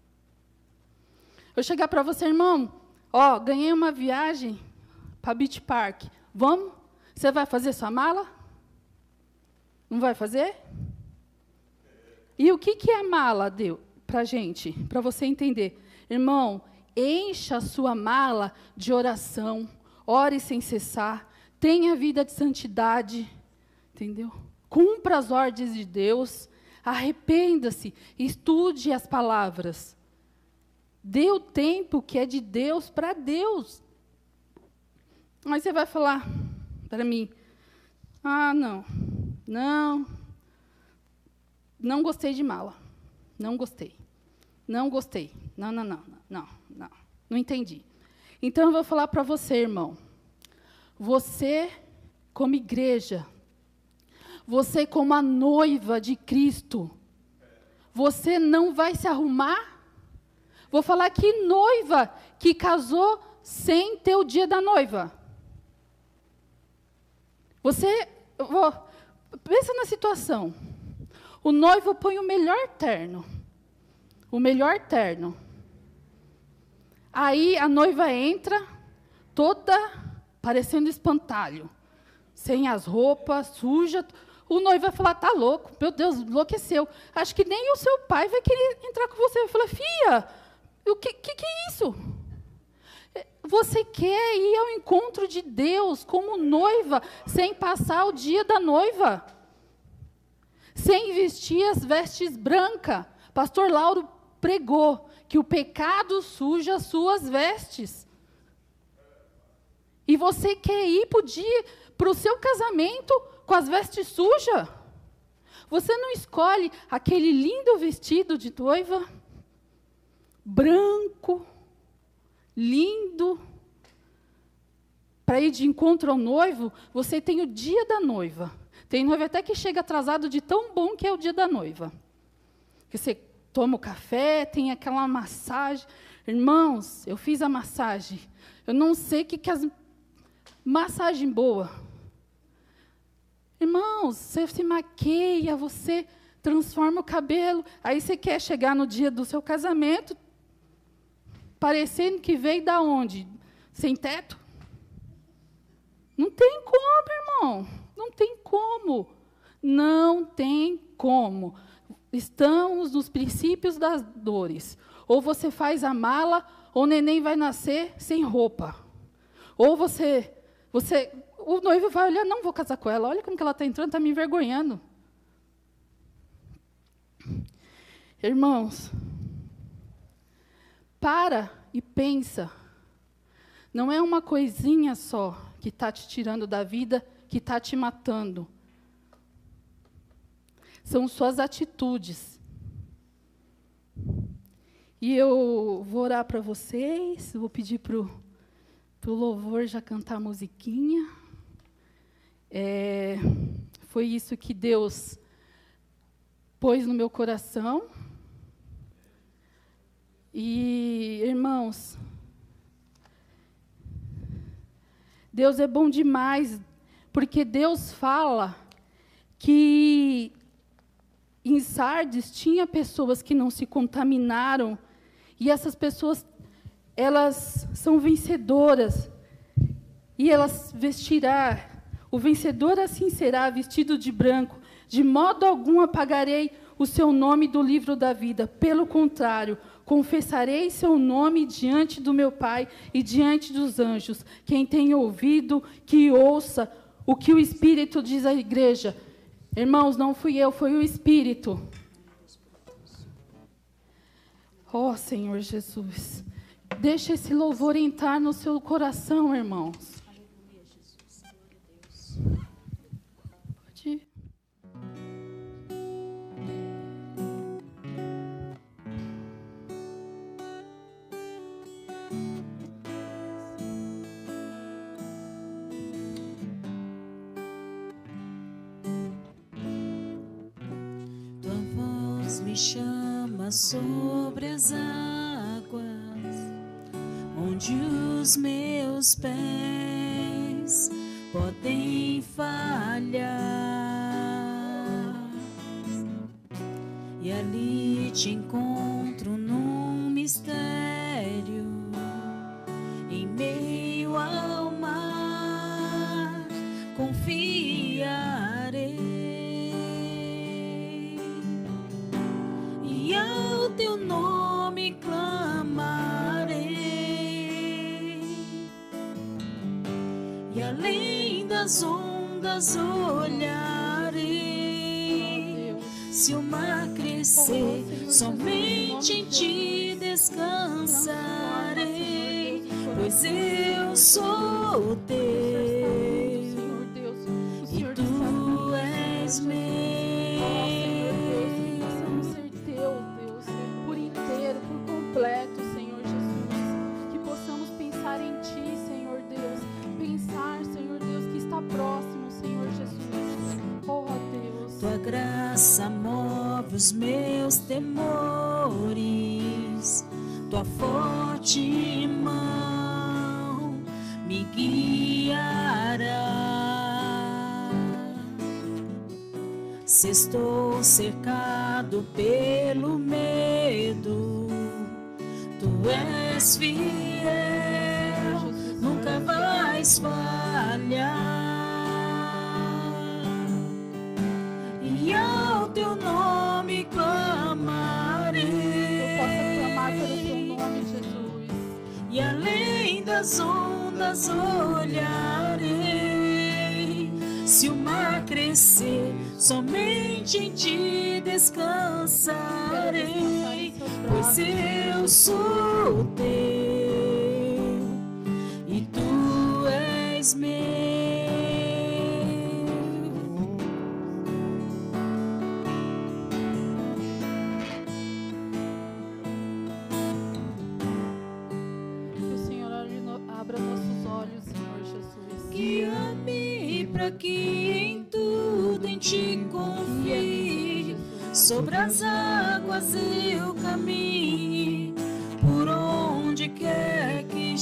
Eu chegar para você, irmão, ó, ganhei uma viagem para Beach Park, vamos? Você vai fazer sua mala? Não vai fazer? E o que, que é mala, Deus, para a gente, para você entender? Irmão, encha a sua mala de oração, ore sem cessar, tenha vida de santidade, entendeu? Cumpra as ordens de Deus, arrependa-se, estude as palavras. Dê o tempo que é de Deus para Deus. Aí você vai falar para mim, ah, não, não, não gostei de mala, não gostei, não gostei, não, não, não, não, não, não entendi. Então, eu vou falar para você, irmão, você, como igreja, você como a noiva de Cristo, você não vai se arrumar? Vou falar que noiva que casou sem ter o dia da noiva. Você, vou, pensa na situação. O noivo põe o melhor terno. O melhor terno. Aí a noiva entra, toda parecendo espantalho, sem as roupas, suja. O noivo vai falar, tá louco, meu Deus, enlouqueceu. Acho que nem o seu pai vai querer entrar com você. Eu falei, filha, o que, que, que é isso? Você quer ir ao encontro de Deus como noiva, sem passar o dia da noiva? Sem vestir as vestes brancas. Pastor Lauro pregou que o pecado suja as suas vestes. E você quer ir para o seu casamento com as vestes sujas? Você não escolhe aquele lindo vestido de noiva, branco, lindo, para ir de encontro ao noivo? Você tem o dia da noiva. Tem noiva até que chega atrasado de tão bom que é o dia da noiva. Que você toma o café, tem aquela massagem. Irmãos, eu fiz a massagem. Eu não sei o que, que as... Massagem boa. Irmãos, você se maqueia, você transforma o cabelo. Aí você quer chegar no dia do seu casamento, parecendo que veio da onde? Sem teto? Não tem como, irmão. Não tem como. Não tem como. Estamos nos princípios das dores. Ou você faz a mala, ou o neném vai nascer sem roupa. Ou você, você, o noivo vai olhar, não vou casar com ela, olha como que ela está entrando, está me envergonhando. Irmãos, para e pensa. Não é uma coisinha só que está te tirando da vida, que está te matando. São suas atitudes. E eu vou orar para vocês, vou pedir para o louvor já cantar a musiquinha. É, foi isso que Deus pôs no meu coração. E, irmãos, Deus é bom demais, porque Deus fala que em Sardes tinha pessoas que não se contaminaram, e essas pessoas, elas são vencedoras, e elas vestirá, o vencedor assim será, vestido de branco, de modo algum apagarei o seu nome do livro da vida, pelo contrário, confessarei seu nome diante do meu Pai e diante dos anjos. Quem tem ouvido, que ouça o que o Espírito diz à igreja. Irmãos, não fui eu, foi o Espírito. Ó, oh, Senhor Jesus. Deixa esse louvor entrar no seu coração, irmãos. Aleluia, Jesus. Glória a Deus. Pode ir. Tua voz me chama sobre as águas, onde os meus pés podem falhar, e ali te encontro num mistério, em meio ao mar confiarei, e ao teu nome clamarei, e além das ondas olharei. Se o mar crescer, somente em ti descansarei, pois eu sou teu e tu és meu. Possamos ser teu, Deus, por inteiro, por completo, Senhor Jesus. Que possamos pensar em ti, Senhor Deus. Pensar, Senhor Deus, que está próximo, Senhor Jesus. Oh, Deus. Tua graça move os meus temores, tua forte mão me guiará. Se estou cercado pelo medo, tu és fiel, nunca vais falhar. E ao teu nome clamarei, Eu possa clamar pelo teu nome, Jesus. e além das ondas olharei. Se o mar crescer, somente em ti descansarei, pois eu sou teu e tu és meu. Que o Senhor abra nossos olhos, Senhor Jesus. Guia-me para que em tudo em ti confie, sobre as águas eu caminhe, por onde quer que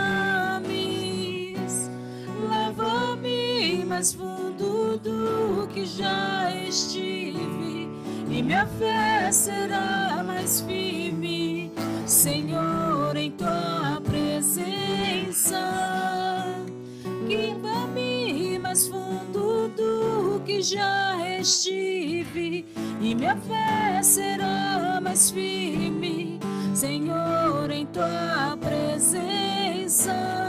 chames. Leva-me mais fundo do que já estive, e minha fé será mais firme, Senhor, em tua presença. Guia-me mais fundo do que já estive, e minha fé será mais firme, Senhor, em tua presença.